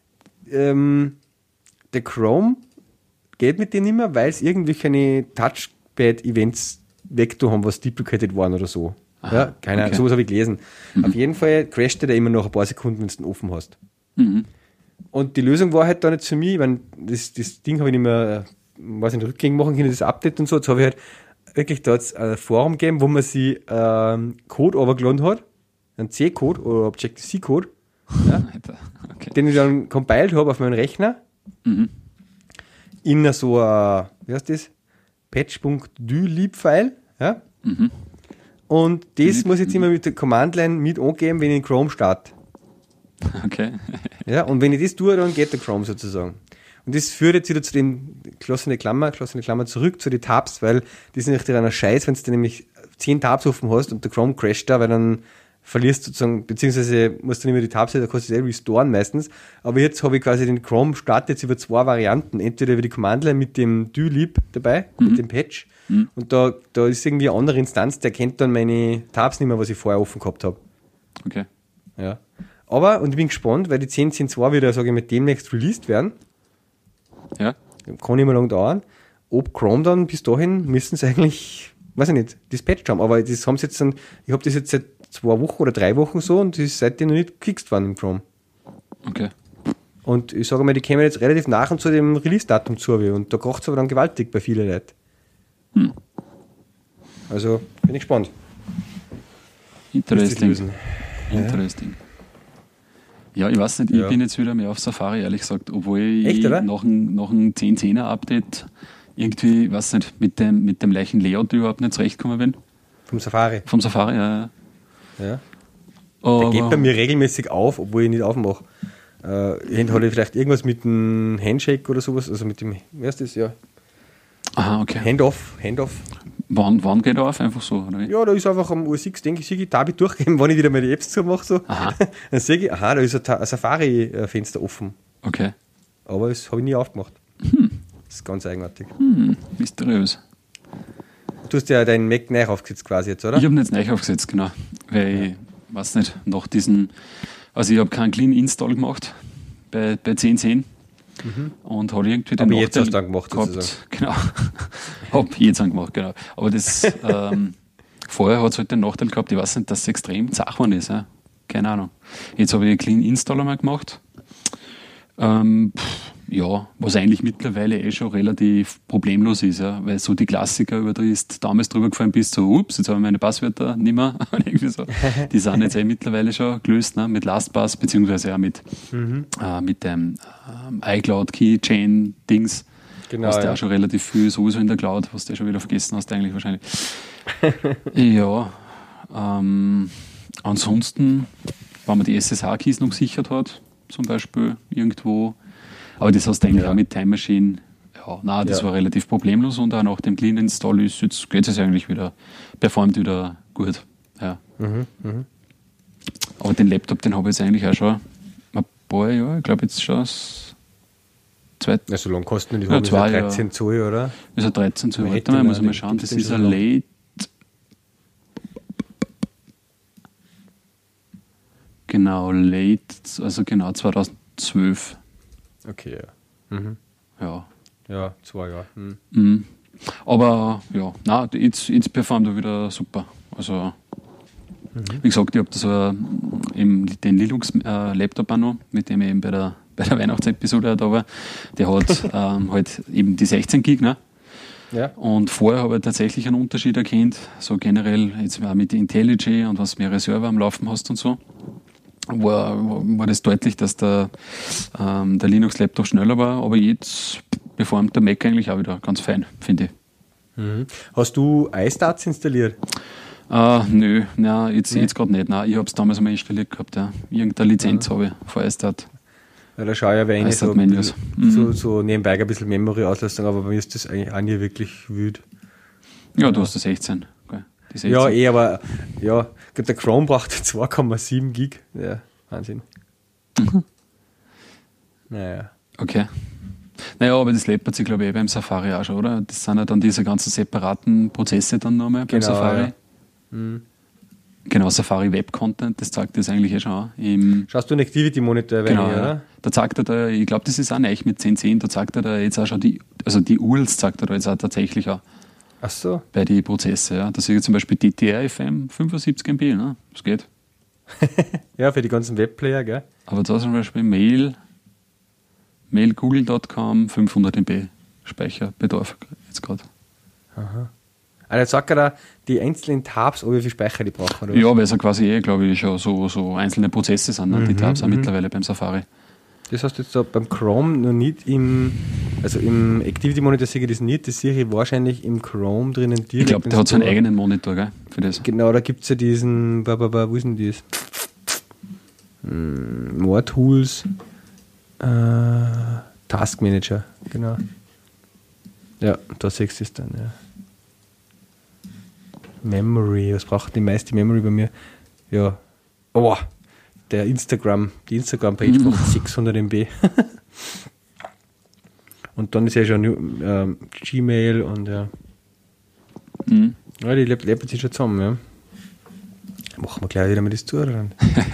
der Chrome geht mit dem nicht mehr, weil es irgendwelche Touchpad-Events weg haben, was deprecated waren oder so. Aha, ja, keine Ahnung, sowas habe ich gelesen. Auf jeden Fall crasht der immer noch ein paar Sekunden, wenn du den offen hast. Und die Lösung war halt da nicht für mich, ich meine, das Ding habe ich nicht mehr, weiß nicht, rückgängig machen können, das Update und so. Jetzt habe ich halt wirklich da jetzt ein Forum gegeben, wo man sich Code runtergeladen hat, einen C-Code oder Objective-C-Code, ja, okay, den ich dann compiled habe auf meinen Rechner, in so ein, wie heißt das, patch.dylib-File, ja, und das muss ich jetzt immer mit der Command-Line mit angeben, wenn ich in Chrome starte. Okay. Ja, und wenn ich das tue, dann geht der Chrome sozusagen. Und das führt jetzt wieder zu den geschlossene Klammer zurück zu den Tabs, weil das ist natürlich einer Scheiß, wenn du nämlich 10 Tabs offen hast und der Chrome crasht da, weil dann verlierst du sozusagen, beziehungsweise musst du nicht mehr die Tabs, da kannst du es restoren meistens. Aber jetzt habe ich quasi den Chrome Start jetzt über 2 Varianten. Entweder über die Command-Line mit dem dylib dabei, mit dem Patch. Und da ist irgendwie eine andere Instanz, der kennt dann meine Tabs nicht mehr, was ich vorher offen gehabt habe. Okay. Ja. Aber, und ich bin gespannt, weil die 10.10.2 wieder, sage ich mal, demnächst released werden. Ja. Kann nicht mehr lang dauern. Ob Chrome dann bis dahin müssen sie eigentlich, weiß ich nicht, dispatcht haben. Aber das haben sie jetzt dann, ich habe das jetzt seit 2 Wochen oder 3 Wochen so und das ist seitdem noch nicht gefixt worden im Chrome. Okay. Und ich sage mal, die kämen jetzt relativ nach und zu dem Release-Datum zu. Und da kocht es aber dann gewaltig bei vielen Leuten. Also, bin ich gespannt. Interesting. Ja, ich weiß nicht, ich bin jetzt wieder mehr auf Safari, ehrlich gesagt, obwohl echt, ich nach einem 10.10er-Update irgendwie, ich weiß nicht, mit dem gleichen Layout überhaupt nicht zurechtgekommen bin. Vom Safari? Vom Safari, ja. Der geht bei mir regelmäßig auf, obwohl ich nicht aufmache. Hat ich vielleicht irgendwas mit einem Handshake oder sowas, also mit dem, wie heißt das, ja? Aha, okay. Handoff. Wann geht er auf? Einfach so, oder wie? Ja, da ist einfach am US6, denke ich, sehe ich Tabi durchgehen, wenn ich wieder mal die Apps zumache, so. Dann sehe ich, da ist ein Safari-Fenster offen. Okay. Aber das habe ich nie aufgemacht. Das ist ganz eigenartig. Mysteriös. Du hast ja deinen Mac neu aufgesetzt quasi jetzt, oder? Ich habe ihn jetzt neu aufgesetzt, genau. Weil ich weiß nicht, nach diesen, also ich habe keinen Clean Install gemacht bei 10.10. Und habe irgendwie den Nachteil jetzt hast du dann gemacht, gehabt. Sozusagen. Genau. Habe jetzt dann gemacht, genau. Aber das vorher hat es halt den Nachteil gehabt, ich weiß nicht, dass es extrem zart geworden ist. Ja. Keine Ahnung. Jetzt habe ich einen Clean Install einmal gemacht. Was eigentlich mittlerweile schon relativ problemlos ist, ja, weil so die Klassiker, über die ist damals drüber gefallen bist, so, ups, jetzt habe ich meine Passwörter nicht mehr, irgendwie so. Die sind jetzt mittlerweile schon gelöst, ne, mit LastPass, beziehungsweise auch mit dem iCloud Keychain-Dings, Genau, hast du auch schon relativ viel sowieso in der Cloud, was du schon wieder vergessen hast eigentlich wahrscheinlich. Ja, ansonsten, wenn man die SSH-Keys noch gesichert hat, zum Beispiel irgendwo, aber das hast du eigentlich auch mit Time Machine. Ja, das war relativ problemlos und auch nach dem Clean Install jetzt geht es eigentlich wieder, performt wieder gut. Ja. Aber den Laptop, den habe ich jetzt eigentlich auch schon ein paar Jahre, ich glaube jetzt schon Ja, so lange kosten die 13 Zoll, oder? Ist ein 13 Zoll. Warte mal, muss ich mal schauen. Das ist ein Late. Genau, Late, also genau 2012. Okay, ja. Ja, 2 Jahre. Aber jetzt performt er wieder super. Also, wie gesagt, ich habe da den Linux-Laptop auch noch, mit dem ich eben bei der Weihnachtsepisode da war. Der hat halt eben die 16 Gig, ne? Ja. Und vorher habe ich tatsächlich einen Unterschied erkannt, so generell jetzt auch mit IntelliJ und was mehrere Server am Laufen hast und so. War das deutlich, dass der Linux-Laptop schneller war, aber jetzt performt der Mac eigentlich auch wieder ganz fein, finde ich. Hast du iStarts installiert? Nö, jetzt gerade nicht. Nein, ich habe es damals einmal installiert gehabt. Ja. Irgendeine Lizenz habe ich von iStart. Ja, da schaue ich aber eigentlich so nebenbei ein bisschen Memory-Auslastung, aber bei mir ist das eigentlich auch nie wirklich wild. Ja, du hast das 16. Okay. Die 16. Ja, aber ja, der Chrome braucht 2,7 Gig. Ja, Wahnsinn. Naja. Okay. Naja, aber das läppert sich, glaube ich, beim Safari auch schon, oder? Das sind ja dann diese ganzen separaten Prozesse dann nochmal beim Safari. Ja. Genau, Safari Web Content, das zeigt das eigentlich schon an. Schaust du einen Activity Monitor? Genau, oder? Da zeigt er da, ich glaube, das ist auch neu mit 10.10, da zeigt er da jetzt auch schon die URLs zeigt er da jetzt auch tatsächlich auch. Ach so. Bei den Prozessen, ja. Da sehe ich zum Beispiel DTR-FM 75 MB, ne? Das geht. Ja, für die ganzen Webplayer, gell? Aber da zum Beispiel Mail, Mail google.com, 500 MB Speicherbedarf jetzt gerade. Also sagt er da die einzelnen Tabs, wie viel Speicher die brauchen? Oder Ja, weil es ja quasi glaube ich, schon so einzelne Prozesse sind, die Tabs auch mittlerweile beim Safari. Das hast du jetzt da beim Chrome noch nicht im Activity Monitor sehe ich das nicht, das sehe ich wahrscheinlich im Chrome drinnen direkt. Ich glaube, der hat so einen eigenen Monitor, gell, für das. Genau, da gibt es ja diesen, wo ist denn das? More Tools, Task Manager, genau. Ja, da siehst du es dann, ja. Memory, was braucht die meiste Memory bei mir? Ja, die Instagram-Page braucht 600 MB. Und dann ist ja schon Gmail und ja. Ja, die lebt sich schon zusammen, ja. Machen wir gleich wieder mal das zu, oder?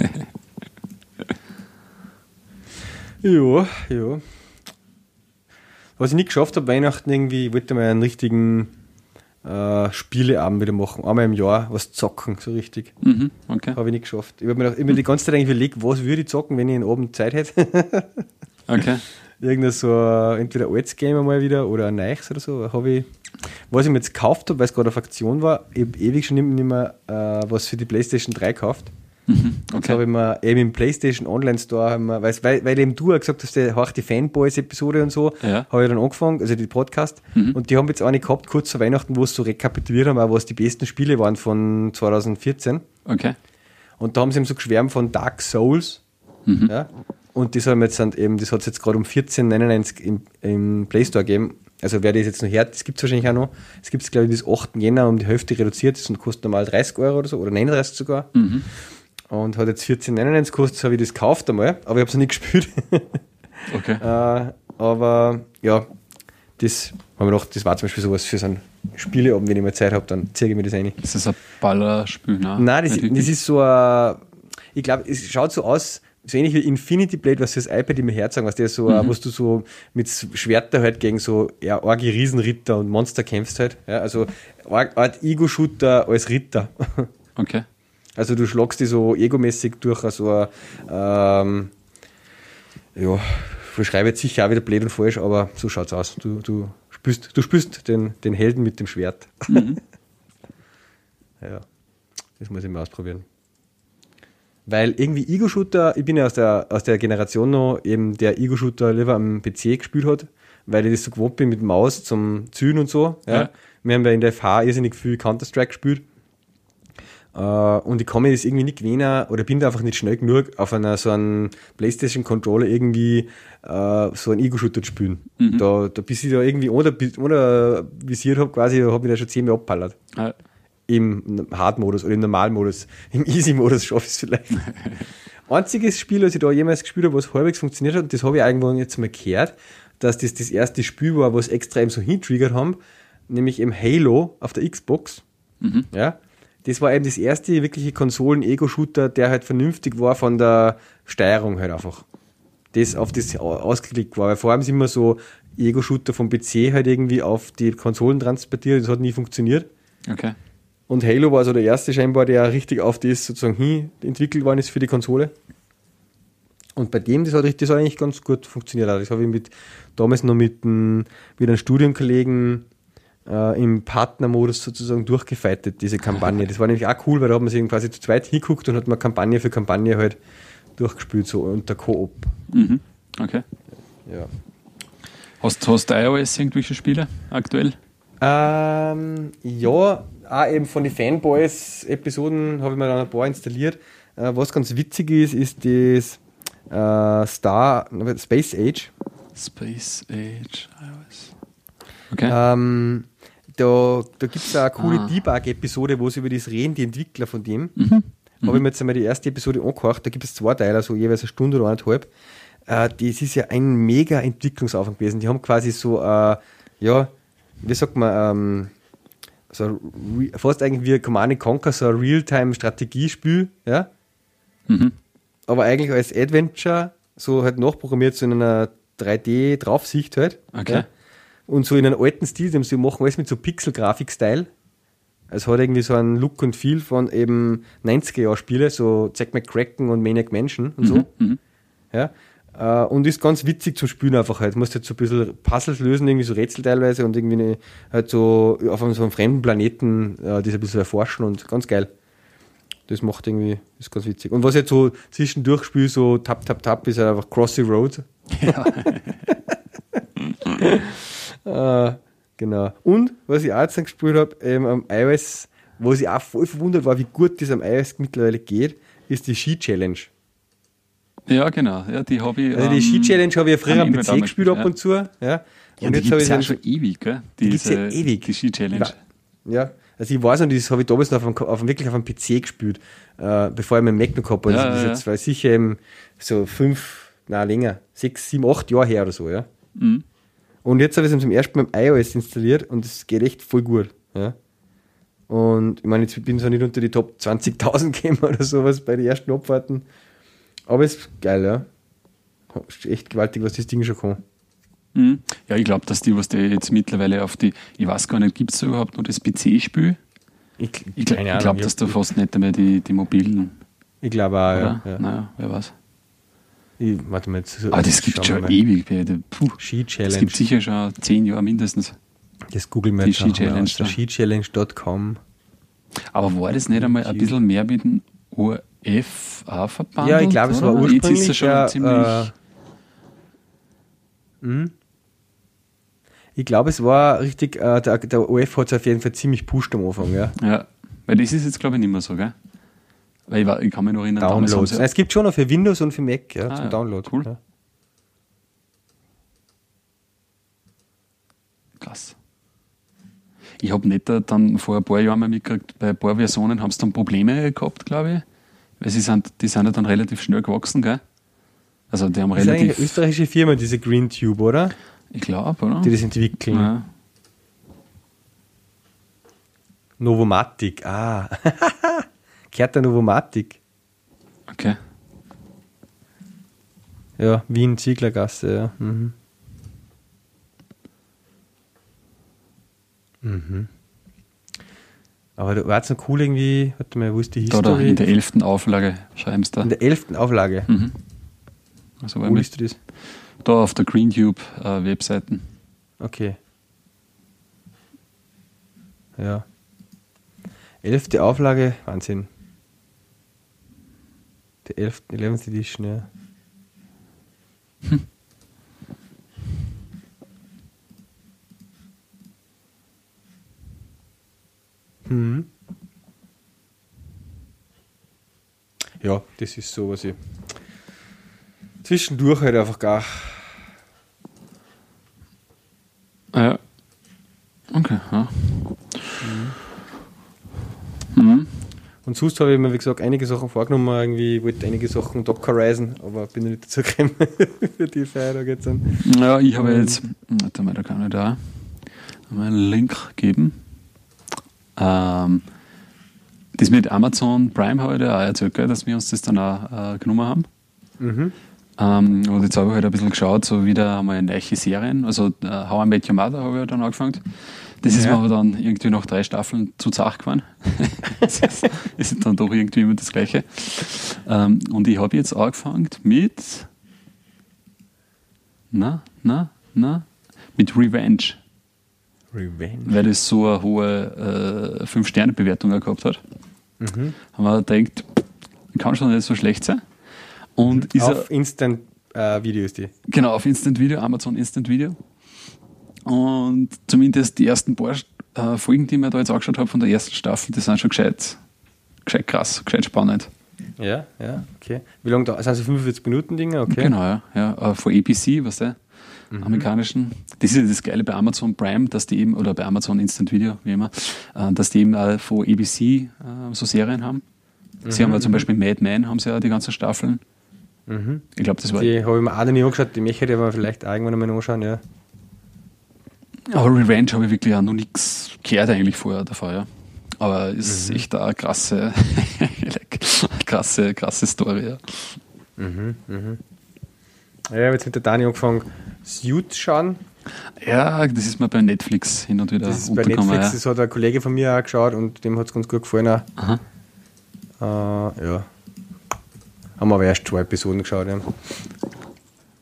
Ja. Was ich nicht geschafft habe, Weihnachten irgendwie, ich wollte mal einen richtigen Spieleabend wieder machen. Einmal im Jahr was zocken, so richtig. Okay. Habe ich nicht geschafft. Ich habe mir immer die ganze Zeit eigentlich überlegt, was würde ich zocken, wenn ich einen Abend Zeit hätte. Okay. Irgendein so entweder altes Game mal wieder oder ein neues oder so. Was ich mir jetzt gekauft habe, weil es gerade auf Aktion war, ich habe ewig schon nicht mehr was für die PlayStation 3 gekauft. Jetzt habe ich mir eben im PlayStation Online Store, weil eben du auch gesagt hast, der die Fanboys-Episode und so, habe ich dann angefangen, also die Podcast, und die haben jetzt eine gehabt, kurz vor Weihnachten, wo es so rekapituliert haben, auch was die besten Spiele waren von 2014. Okay. Und da haben sie eben so geschwärmt von Dark Souls. Ja, und das haben jetzt eben, das hat es jetzt gerade um 14,99 im Play Store gegeben. Also wer das jetzt noch hört, das gibt es wahrscheinlich auch noch. Es gibt es, glaube ich, bis 8. Jänner um die Hälfte reduziert, das kostet normal 30 Euro oder so, oder 39 sogar. Und hat jetzt 14,99 gekostet, habe ich das gekauft einmal, aber ich habe es noch nicht gespielt. Okay. Aber ja, das habe ich gedacht, das war zum Beispiel sowas für so ein Spieleabend, wenn ich mal Zeit habe, dann ziehe ich mir das rein. Ist das ein Ballerspiel? Nein, das ist so ein, ich glaube, es schaut so aus, so ähnlich wie Infinity Blade, was für das iPad immer herzagen, was der so, was du so mit Schwerter halt gegen so arge Riesenritter und Monster kämpfst halt. Ja, also Art Ego-Shooter als Ritter. Okay. Also du schlagst die so egomäßig durch so ein, ich schreibe jetzt sicher auch wieder blöd und falsch, aber so schaut's aus. Du spürst den Helden mit dem Schwert. Ja, das muss ich mal ausprobieren. Weil irgendwie Ego-Shooter, ich bin ja aus der Generation noch, eben der Ego-Shooter lieber am PC gespielt hat, weil ich das so gewohnt bin mit Maus zum Zielen und so. Ja. Wir haben ja in der FH irrsinnig viel Counter-Strike gespielt. Und ich kann mir das irgendwie nicht gewöhnen oder bin da einfach nicht schnell genug, auf so einem PlayStation-Controller irgendwie so einen Ego-Shooter zu spielen. Da bis ich da irgendwie ohne visiert habe, quasi, da habe ich da schon 10 Mal abballert. Im Hard-Modus oder im Normal-Modus. Im Easy-Modus schaffe ich es vielleicht. Einziges Spiel, was ich da jemals gespielt habe, was halbwegs funktioniert hat, und das habe ich irgendwo jetzt mal gehört, dass das erste Spiel war, was extra eben so hintriggert haben, nämlich eben Halo auf der Xbox. Ja. Das war eben das erste wirkliche Konsolen-Ego-Shooter, der halt vernünftig war von der Steuerung halt einfach. Das auf das ausgeklickt war. Weil vor allem sind immer so Ego-Shooter vom PC halt irgendwie auf die Konsolen transportiert, das hat nie funktioniert. Okay. Und Halo war so der erste scheinbar, der richtig auf das sozusagen hin entwickelt worden ist für die Konsole. Und bei dem, das hat eigentlich ganz gut funktioniert. Das habe ich damals noch mit einem Studienkollegen im Partnermodus sozusagen durchgefeitet, diese Kampagne. Das war nämlich auch cool, weil da hat man sich quasi zu zweit hingeguckt und hat man Kampagne für Kampagne halt durchgespielt, so unter Koop. Okay. Ja. Hast du iOS irgendwelche Spiele aktuell? Ja, auch eben von den Fanboys-Episoden habe ich mir dann ein paar installiert. Was ganz witzig ist das Space Age. Space Age, iOS. Okay. Da gibt es eine coole Debug-Episode, wo sie über das reden, die Entwickler von dem. Habe ich mir jetzt einmal die erste Episode angehört, da gibt es 2 Teile, so jeweils eine Stunde oder 1,5. Das ist ja ein mega Entwicklungsaufwand gewesen. Die haben quasi so, wie sagt man, fast eigentlich wie Command & Conquer, so ein Realtime-Strategiespiel, ja. Aber eigentlich als Adventure, so halt nachprogrammiert, so in einer 3D-Draufsicht halt. Okay. Ja? Und so in einem alten Stil, sie machen alles mit so Pixel-Grafik-Style. Es hat irgendwie so einen Look und Feel von eben 90er-Jahr-Spiele, so Zack McCracken und Maniac Mansion und so. Ja. Und ist ganz witzig zum Spielen einfach halt. Du musst halt so ein bisschen Puzzles lösen, irgendwie so Rätsel teilweise und irgendwie halt so auf so einem fremden Planeten das ein bisschen erforschen und ganz geil. Das macht irgendwie, ist ganz witzig. Und was ich jetzt so zwischendurch spiele, so Tap, Tap, Tap, ist halt einfach Crossy Road. Ja. Genau. Und was ich auch jetzt dann gespielt habe, am iOS, was ich auch voll verwundert war, wie gut das am iOS mittlerweile geht, ist die Ski-Challenge. Ja, genau. Ja, die habe ich. Also die Ski-Challenge habe ich ja früher am Android PC gespielt ab ja. und zu. Ja. Ja, Und die jetzt habe gibt ich es ja dann schon ewig, gell? Die gibt's ja ewig. Die Ski-Challenge. Ja, also ich weiß noch, das habe ich damals noch wirklich auf dem PC gespielt, bevor ich meinen Mac noch gehabt habe. Also das ist jetzt sicher eben so 6, 7, 8 Jahre her oder so, ja. Mhm. Und jetzt habe ich es zum ersten Mal im iOS installiert und es geht echt voll gut, ja. Und ich meine, jetzt bin ich so nicht unter die Top 20.000 gekommen oder sowas bei den ersten Abfahrten. Aber es ist geil, ja. Ist echt gewaltig, was das Ding schon kann. Mhm. Ja, ich glaube, dass die jetzt mittlerweile auf die, ich weiß gar nicht, gibt es da überhaupt noch das PC-Spiel? Ich glaube, dass da fast nicht mehr die mobilen. Ich glaube auch, oder? ja. Naja, wer weiß. Warte mal, jetzt, Aber das gibt schon ewig. Ski-Challenge. Das gibt sicher schon 10 Jahre mindestens. Das Google Maps. Die Ski-Challenge. Skichallenge.com. Aber war das nicht einmal ein bisschen mehr mit dem ORF auch verbandelt? Ja, ich glaube, es war oder? ursprünglich. Jetzt ist es schon ziemlich. Ich glaube, es war richtig, der ORF hat es auf jeden Fall ziemlich pusht am Anfang. Ja, ja, weil das ist jetzt, glaube ich, nicht mehr so, gell? Weil ich kann mich noch erinnern, Downloads. Es gibt schon noch für Windows und für Mac, ja, zum ja, Download. Cool. Ja. Krass. Ich habe nicht dann vor ein paar Jahren mal mitgekriegt, bei ein paar Versionen haben sie dann Probleme gehabt, glaube ich. Weil die sind ja dann relativ schnell gewachsen, gell? Also die haben Das ist eigentlich relativ. eine österreichische Firma, diese Green Tube, oder? Ich glaube, oder? Die das entwickeln. Ja. Novomatic, Gehört der Novomatic. Okay. Ja, Wien, Zieglergasse, ja. Aber da war jetzt noch cool irgendwie, warte mal, wo ist die Da History? in der 11. Auflage schreiben sie da. In der 11. Auflage. Also Wo liest du das? da auf der GreenTube Webseiten. Okay. Ja. 11. Auflage, Wahnsinn. Der 11. Edition, ja. Ja, das ist so, was ich zwischendurch halt einfach gar. Ja. Okay, ja. Und sonst habe ich mir, wie gesagt, einige Sachen vorgenommen. Irgendwie wollte einige Sachen Dockerisen, aber bin nicht dazu gekommen für die Feiertage jetzt. Ja, ich habe jetzt, warte mal, da kann ich da mal einen Link geben. Das mit Amazon Prime habe ich dir auch erzählt, gell, dass wir uns das dann auch genommen haben. Und jetzt habe ich halt ein bisschen geschaut, so wieder einmal neue Serien. Also How I Met Your Mother habe ich halt dann angefangen. Das ist mir aber dann irgendwie nach 3 Staffeln zu zart geworden. Das ist dann doch irgendwie immer das Gleiche. Und ich habe jetzt angefangen mit mit Revenge. Weil das so eine hohe 5-Sterne-Bewertung gehabt hat. Haben wir gedacht, kann schon nicht so schlecht sein. Und ist auf Instant Video ist die. Genau, auf Instant Video, Amazon Instant Video. Und zumindest die ersten paar Folgen, die ich mir da jetzt angeschaut habe von der ersten Staffel, die sind schon gescheit krass, gescheit spannend. Ja, okay. Wie lange da? Sind so 45 Minuten Dinge? Okay. Genau, ja. Von ABC, weißt du, amerikanischen. Das ist ja das Geile bei Amazon Prime, dass die eben, oder bei Amazon Instant Video, wie immer, dass die eben auch von ABC so Serien haben. Sie haben ja zum Beispiel Mad Men, haben sie ja die ganzen Staffeln. Ich glaube, das war. Die habe ich mir auch noch nie angeschaut, die möchte ich aber vielleicht auch irgendwann mal anschauen, ja. Aber Revenge habe ich wirklich auch noch nichts gehört eigentlich vorher davon, ja. Aber es ist echt eine krasse Story, ja. Ja, ich habe jetzt mit der Dani angefangen, Suits schauen. Ja, das ist mir bei Netflix hin und wieder Das ist bei Netflix, das hat ein Kollege von mir auch geschaut und dem hat es ganz gut gefallen. Auch. Ja. Haben wir aber erst 2 Episoden geschaut, ja.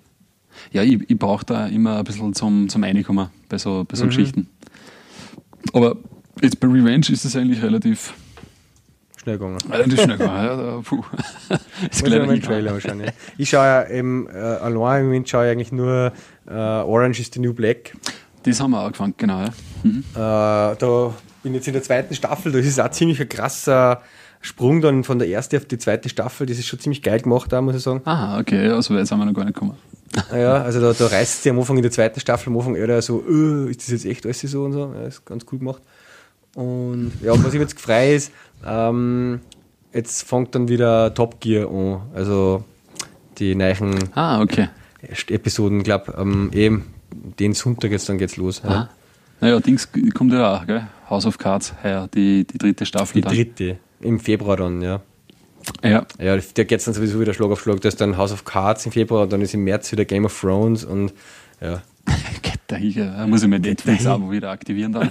Ja, ich brauche da immer ein bisschen zum Reinkommen bei so Geschichten. Aber jetzt bei Revenge ist es eigentlich relativ schnell gegangen. Relativ schnell gegangen, ja. Puh. Ist gleich ein Trailer wahrscheinlich. Ich schaue ja eben, allein im Moment schaue ich eigentlich nur Orange is the New Black. Das haben wir auch angefangen, genau. Ja. Da bin ich jetzt in der zweiten Staffel, das ist auch ziemlich ein krasser Sprung dann von der ersten auf die zweite Staffel, das ist schon ziemlich geil gemacht da, muss ich sagen. Aha, okay, also jetzt haben wir noch gar nicht gekommen. Ja, also da reißt sie am Anfang in der zweiten Staffel am Anfang eher so, ist das jetzt echt alles so und so, ja, ist ganz cool gemacht. Und ja, was ich jetzt gefreut ist, jetzt fängt dann wieder Top Gear an, also die neuen Episoden, glaube eben den Sonntag jetzt dann geht's los. Ja. Naja, Dings kommt ja auch, gell? House of Cards, heuer, die dritte Staffel. Die dritte, im Februar dann, ja. Ja, da geht es dann sowieso wieder Schlag auf Schlag. Da ist dann House of Cards im Februar und dann ist im März wieder Game of Thrones und ja. Geht da muss ich mein Netflix-Abo wieder aktivieren dann.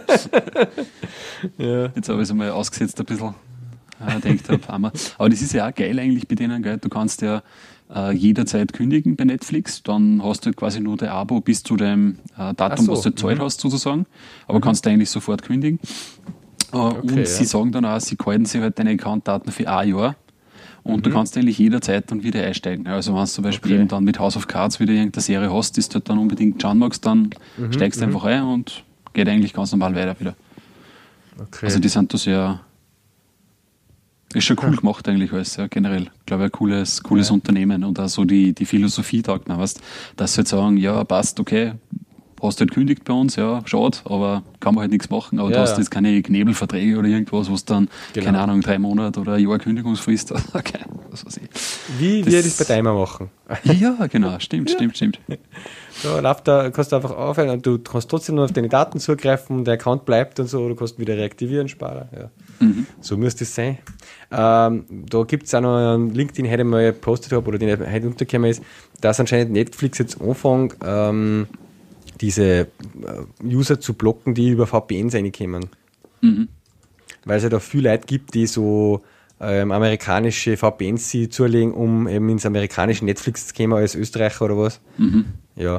Ja. Jetzt habe ich es einmal ausgesetzt ein bisschen. Denkt habe, aber das ist ja auch geil eigentlich bei denen, gell? Du kannst ja jederzeit kündigen bei Netflix, dann hast du quasi nur dein Abo bis zu dem Datum, was du gezahlt hast sozusagen, aber kannst du eigentlich sofort kündigen. Und sie sagen dann auch, sie halten sich halt deine Accountdaten für ein Jahr und du kannst eigentlich jederzeit dann wieder einsteigen. Also wenn du zum Beispiel eben dann mit House of Cards wieder irgendeine Serie hast, die du halt dann unbedingt schauen magst, dann steigst du einfach ein und geht eigentlich ganz normal weiter wieder. Okay. Also die sind da sehr... Ist schon cool gemacht eigentlich alles, ja, generell. Ich glaube, ein cooles Unternehmen und auch so die Philosophie taugt mir, weißt, dass sie halt sagen, ja, passt, okay, hast halt gekündigt bei uns, ja, schade, aber kann man halt nichts machen, aber du hast jetzt keine Knebelverträge oder irgendwas, was dann, keine Ahnung, 3 Monate oder ein Jahr Kündigungsfrist, okay, was weiß ich. Wie wir das bei Timer machen. Ja, genau, stimmt. Da kannst du einfach aufhören und du kannst trotzdem nur auf deine Daten zugreifen und der Account bleibt und so, du kannst wieder reaktivieren, sparen. Ja. So müsste es sein. Da gibt es auch noch einen Link, den ich heute mal gepostet habe oder den heute untergekommen ist, dass anscheinend Netflix jetzt anfängt, diese User zu blocken, die über VPNs reinkommen. Weil es ja da viele Leute gibt, die so amerikanische VPNs sie zulegen, um eben ins amerikanische Netflix zu kommen als Österreicher oder was. Ja.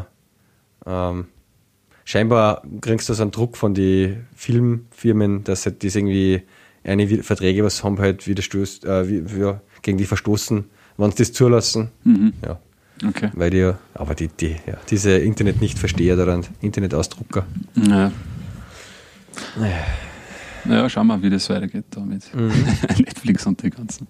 Scheinbar kriegst du so einen Druck von den Filmfirmen, dass halt das irgendwie eine Verträge, was haben halt gegen die verstoßen, wenn sie das zulassen. Ja. Okay. Weil diese Internet nicht versteher daran, Internetausdrucker. Ja. Naja, schauen wir, wie das weitergeht da mit Netflix und die ganzen.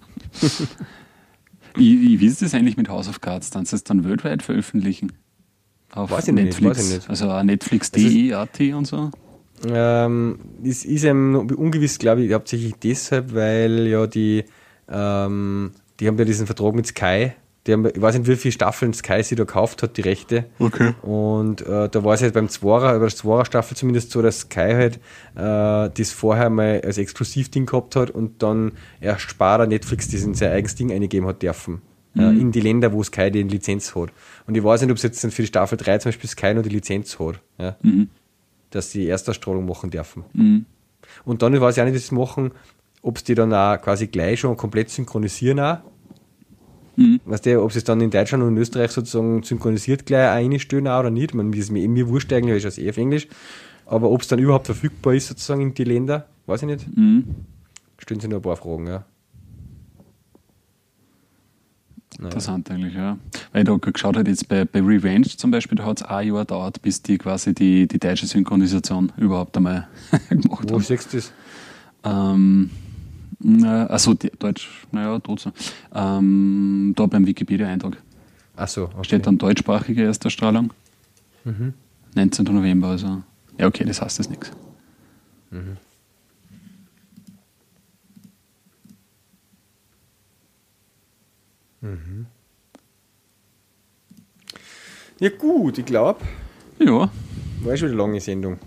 Wie ist das eigentlich mit House of Cards? Dann das dann weltweit veröffentlichen? Auf weiß ich nicht. Also auch Netflix.de, AT und so? Es ist eben ungewiss, glaube ich, hauptsächlich deshalb, weil ja die haben ja diesen Vertrag mit Sky. Ich weiß nicht, wie viele Staffeln Sky sie da gekauft hat, die Rechte. Okay. Und da war es halt bei der Zwarer-Staffel zumindest so, dass Sky halt das vorher mal als Exklusivding gehabt hat und dann erst später Netflix das in sein eigenes Ding eingegeben hat dürfen. In die Länder, wo Sky die Lizenz hat. Und ich weiß nicht, ob es jetzt dann für die Staffel 3 zum Beispiel Sky noch die Lizenz hat. Ja? Dass sie Erstausstrahlung machen dürfen. Und dann weiß ich auch nicht, wie sie es machen, ob sie die dann auch quasi gleich schon komplett synchronisieren auch. Weißt du, ob sie es dann in Deutschland und in Österreich sozusagen synchronisiert gleich einstellen oder nicht. Ich meine, mir wurscht eigentlich, weil ich schaue es auf Englisch. Aber ob es dann überhaupt verfügbar ist sozusagen in die Länder, weiß ich nicht. Stellen sich noch ein paar Fragen, ja. Interessant eigentlich, ja. Weil ich da geschaut habe, jetzt bei Revenge zum Beispiel, da hat es ein Jahr gedauert, bis die quasi die deutsche Synchronisation überhaupt einmal gemacht haben. Wo siehst du das? Also Deutsch, naja, trotzdem. Da beim Wikipedia-Eintrag. Achso, okay. Steht dann deutschsprachige Erstausstrahlung. 19. November, also. Ja, okay, das heißt das nichts. Ja gut, ich glaube. Ja. War schon eine lange Sendung.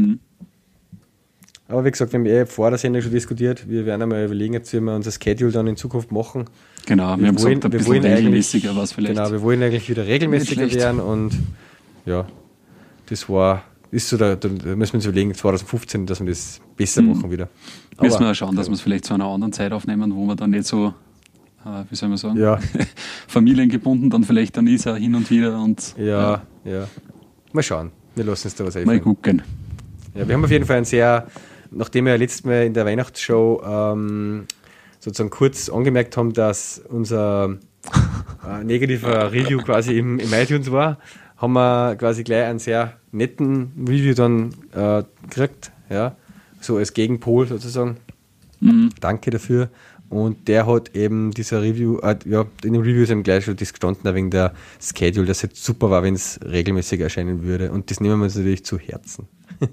Aber wie gesagt, wir haben vor der Sendung schon diskutiert. Wir werden einmal überlegen, jetzt wie wir unser Schedule dann in Zukunft machen. Genau, wir haben gesagt, ein bisschen regelmäßiger was vielleicht. Genau, wir wollen eigentlich wieder regelmäßiger werden und ja, ist so, da müssen wir uns überlegen, 2015, dass wir das besser machen wieder. Müssen wir auch schauen, dass wir es vielleicht zu einer anderen Zeit aufnehmen, wo wir dann nicht so wie soll man sagen, Ja. familiengebunden dann vielleicht dann ist er hin und wieder und Ja. Mal schauen. Wir lassen uns da was mal einfallen. gucken. Ja, wir haben auf jeden Fall ein sehr, nachdem wir letztes Mal in der Weihnachtsshow sozusagen kurz angemerkt haben, dass unser negativer Review quasi im iTunes war, haben wir quasi gleich einen sehr netten Review dann gekriegt, ja, so als Gegenpol sozusagen. Danke dafür. Und der hat eben dieser Review, in dem Review ist eben gleich schon das gestanden, wegen der Schedule, dass es halt super war, wenn es regelmäßig erscheinen würde. Und das nehmen wir uns natürlich zu Herzen.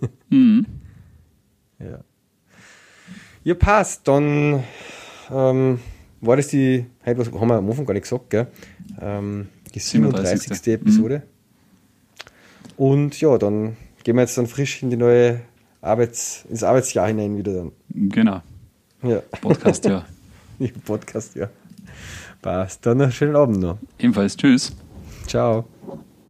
Ja. Ja, passt. Dann war das die, heute was haben wir am Anfang gar nicht gesagt, gell? Die 37. Episode. Und ja, dann gehen wir jetzt dann frisch in die neue ins Arbeitsjahr hinein wieder dann. Genau. Ja. Podcast, ja. Podcast, ja. Passt. Dann einen schönen Abend noch. Ebenfalls. Tschüss. Ciao.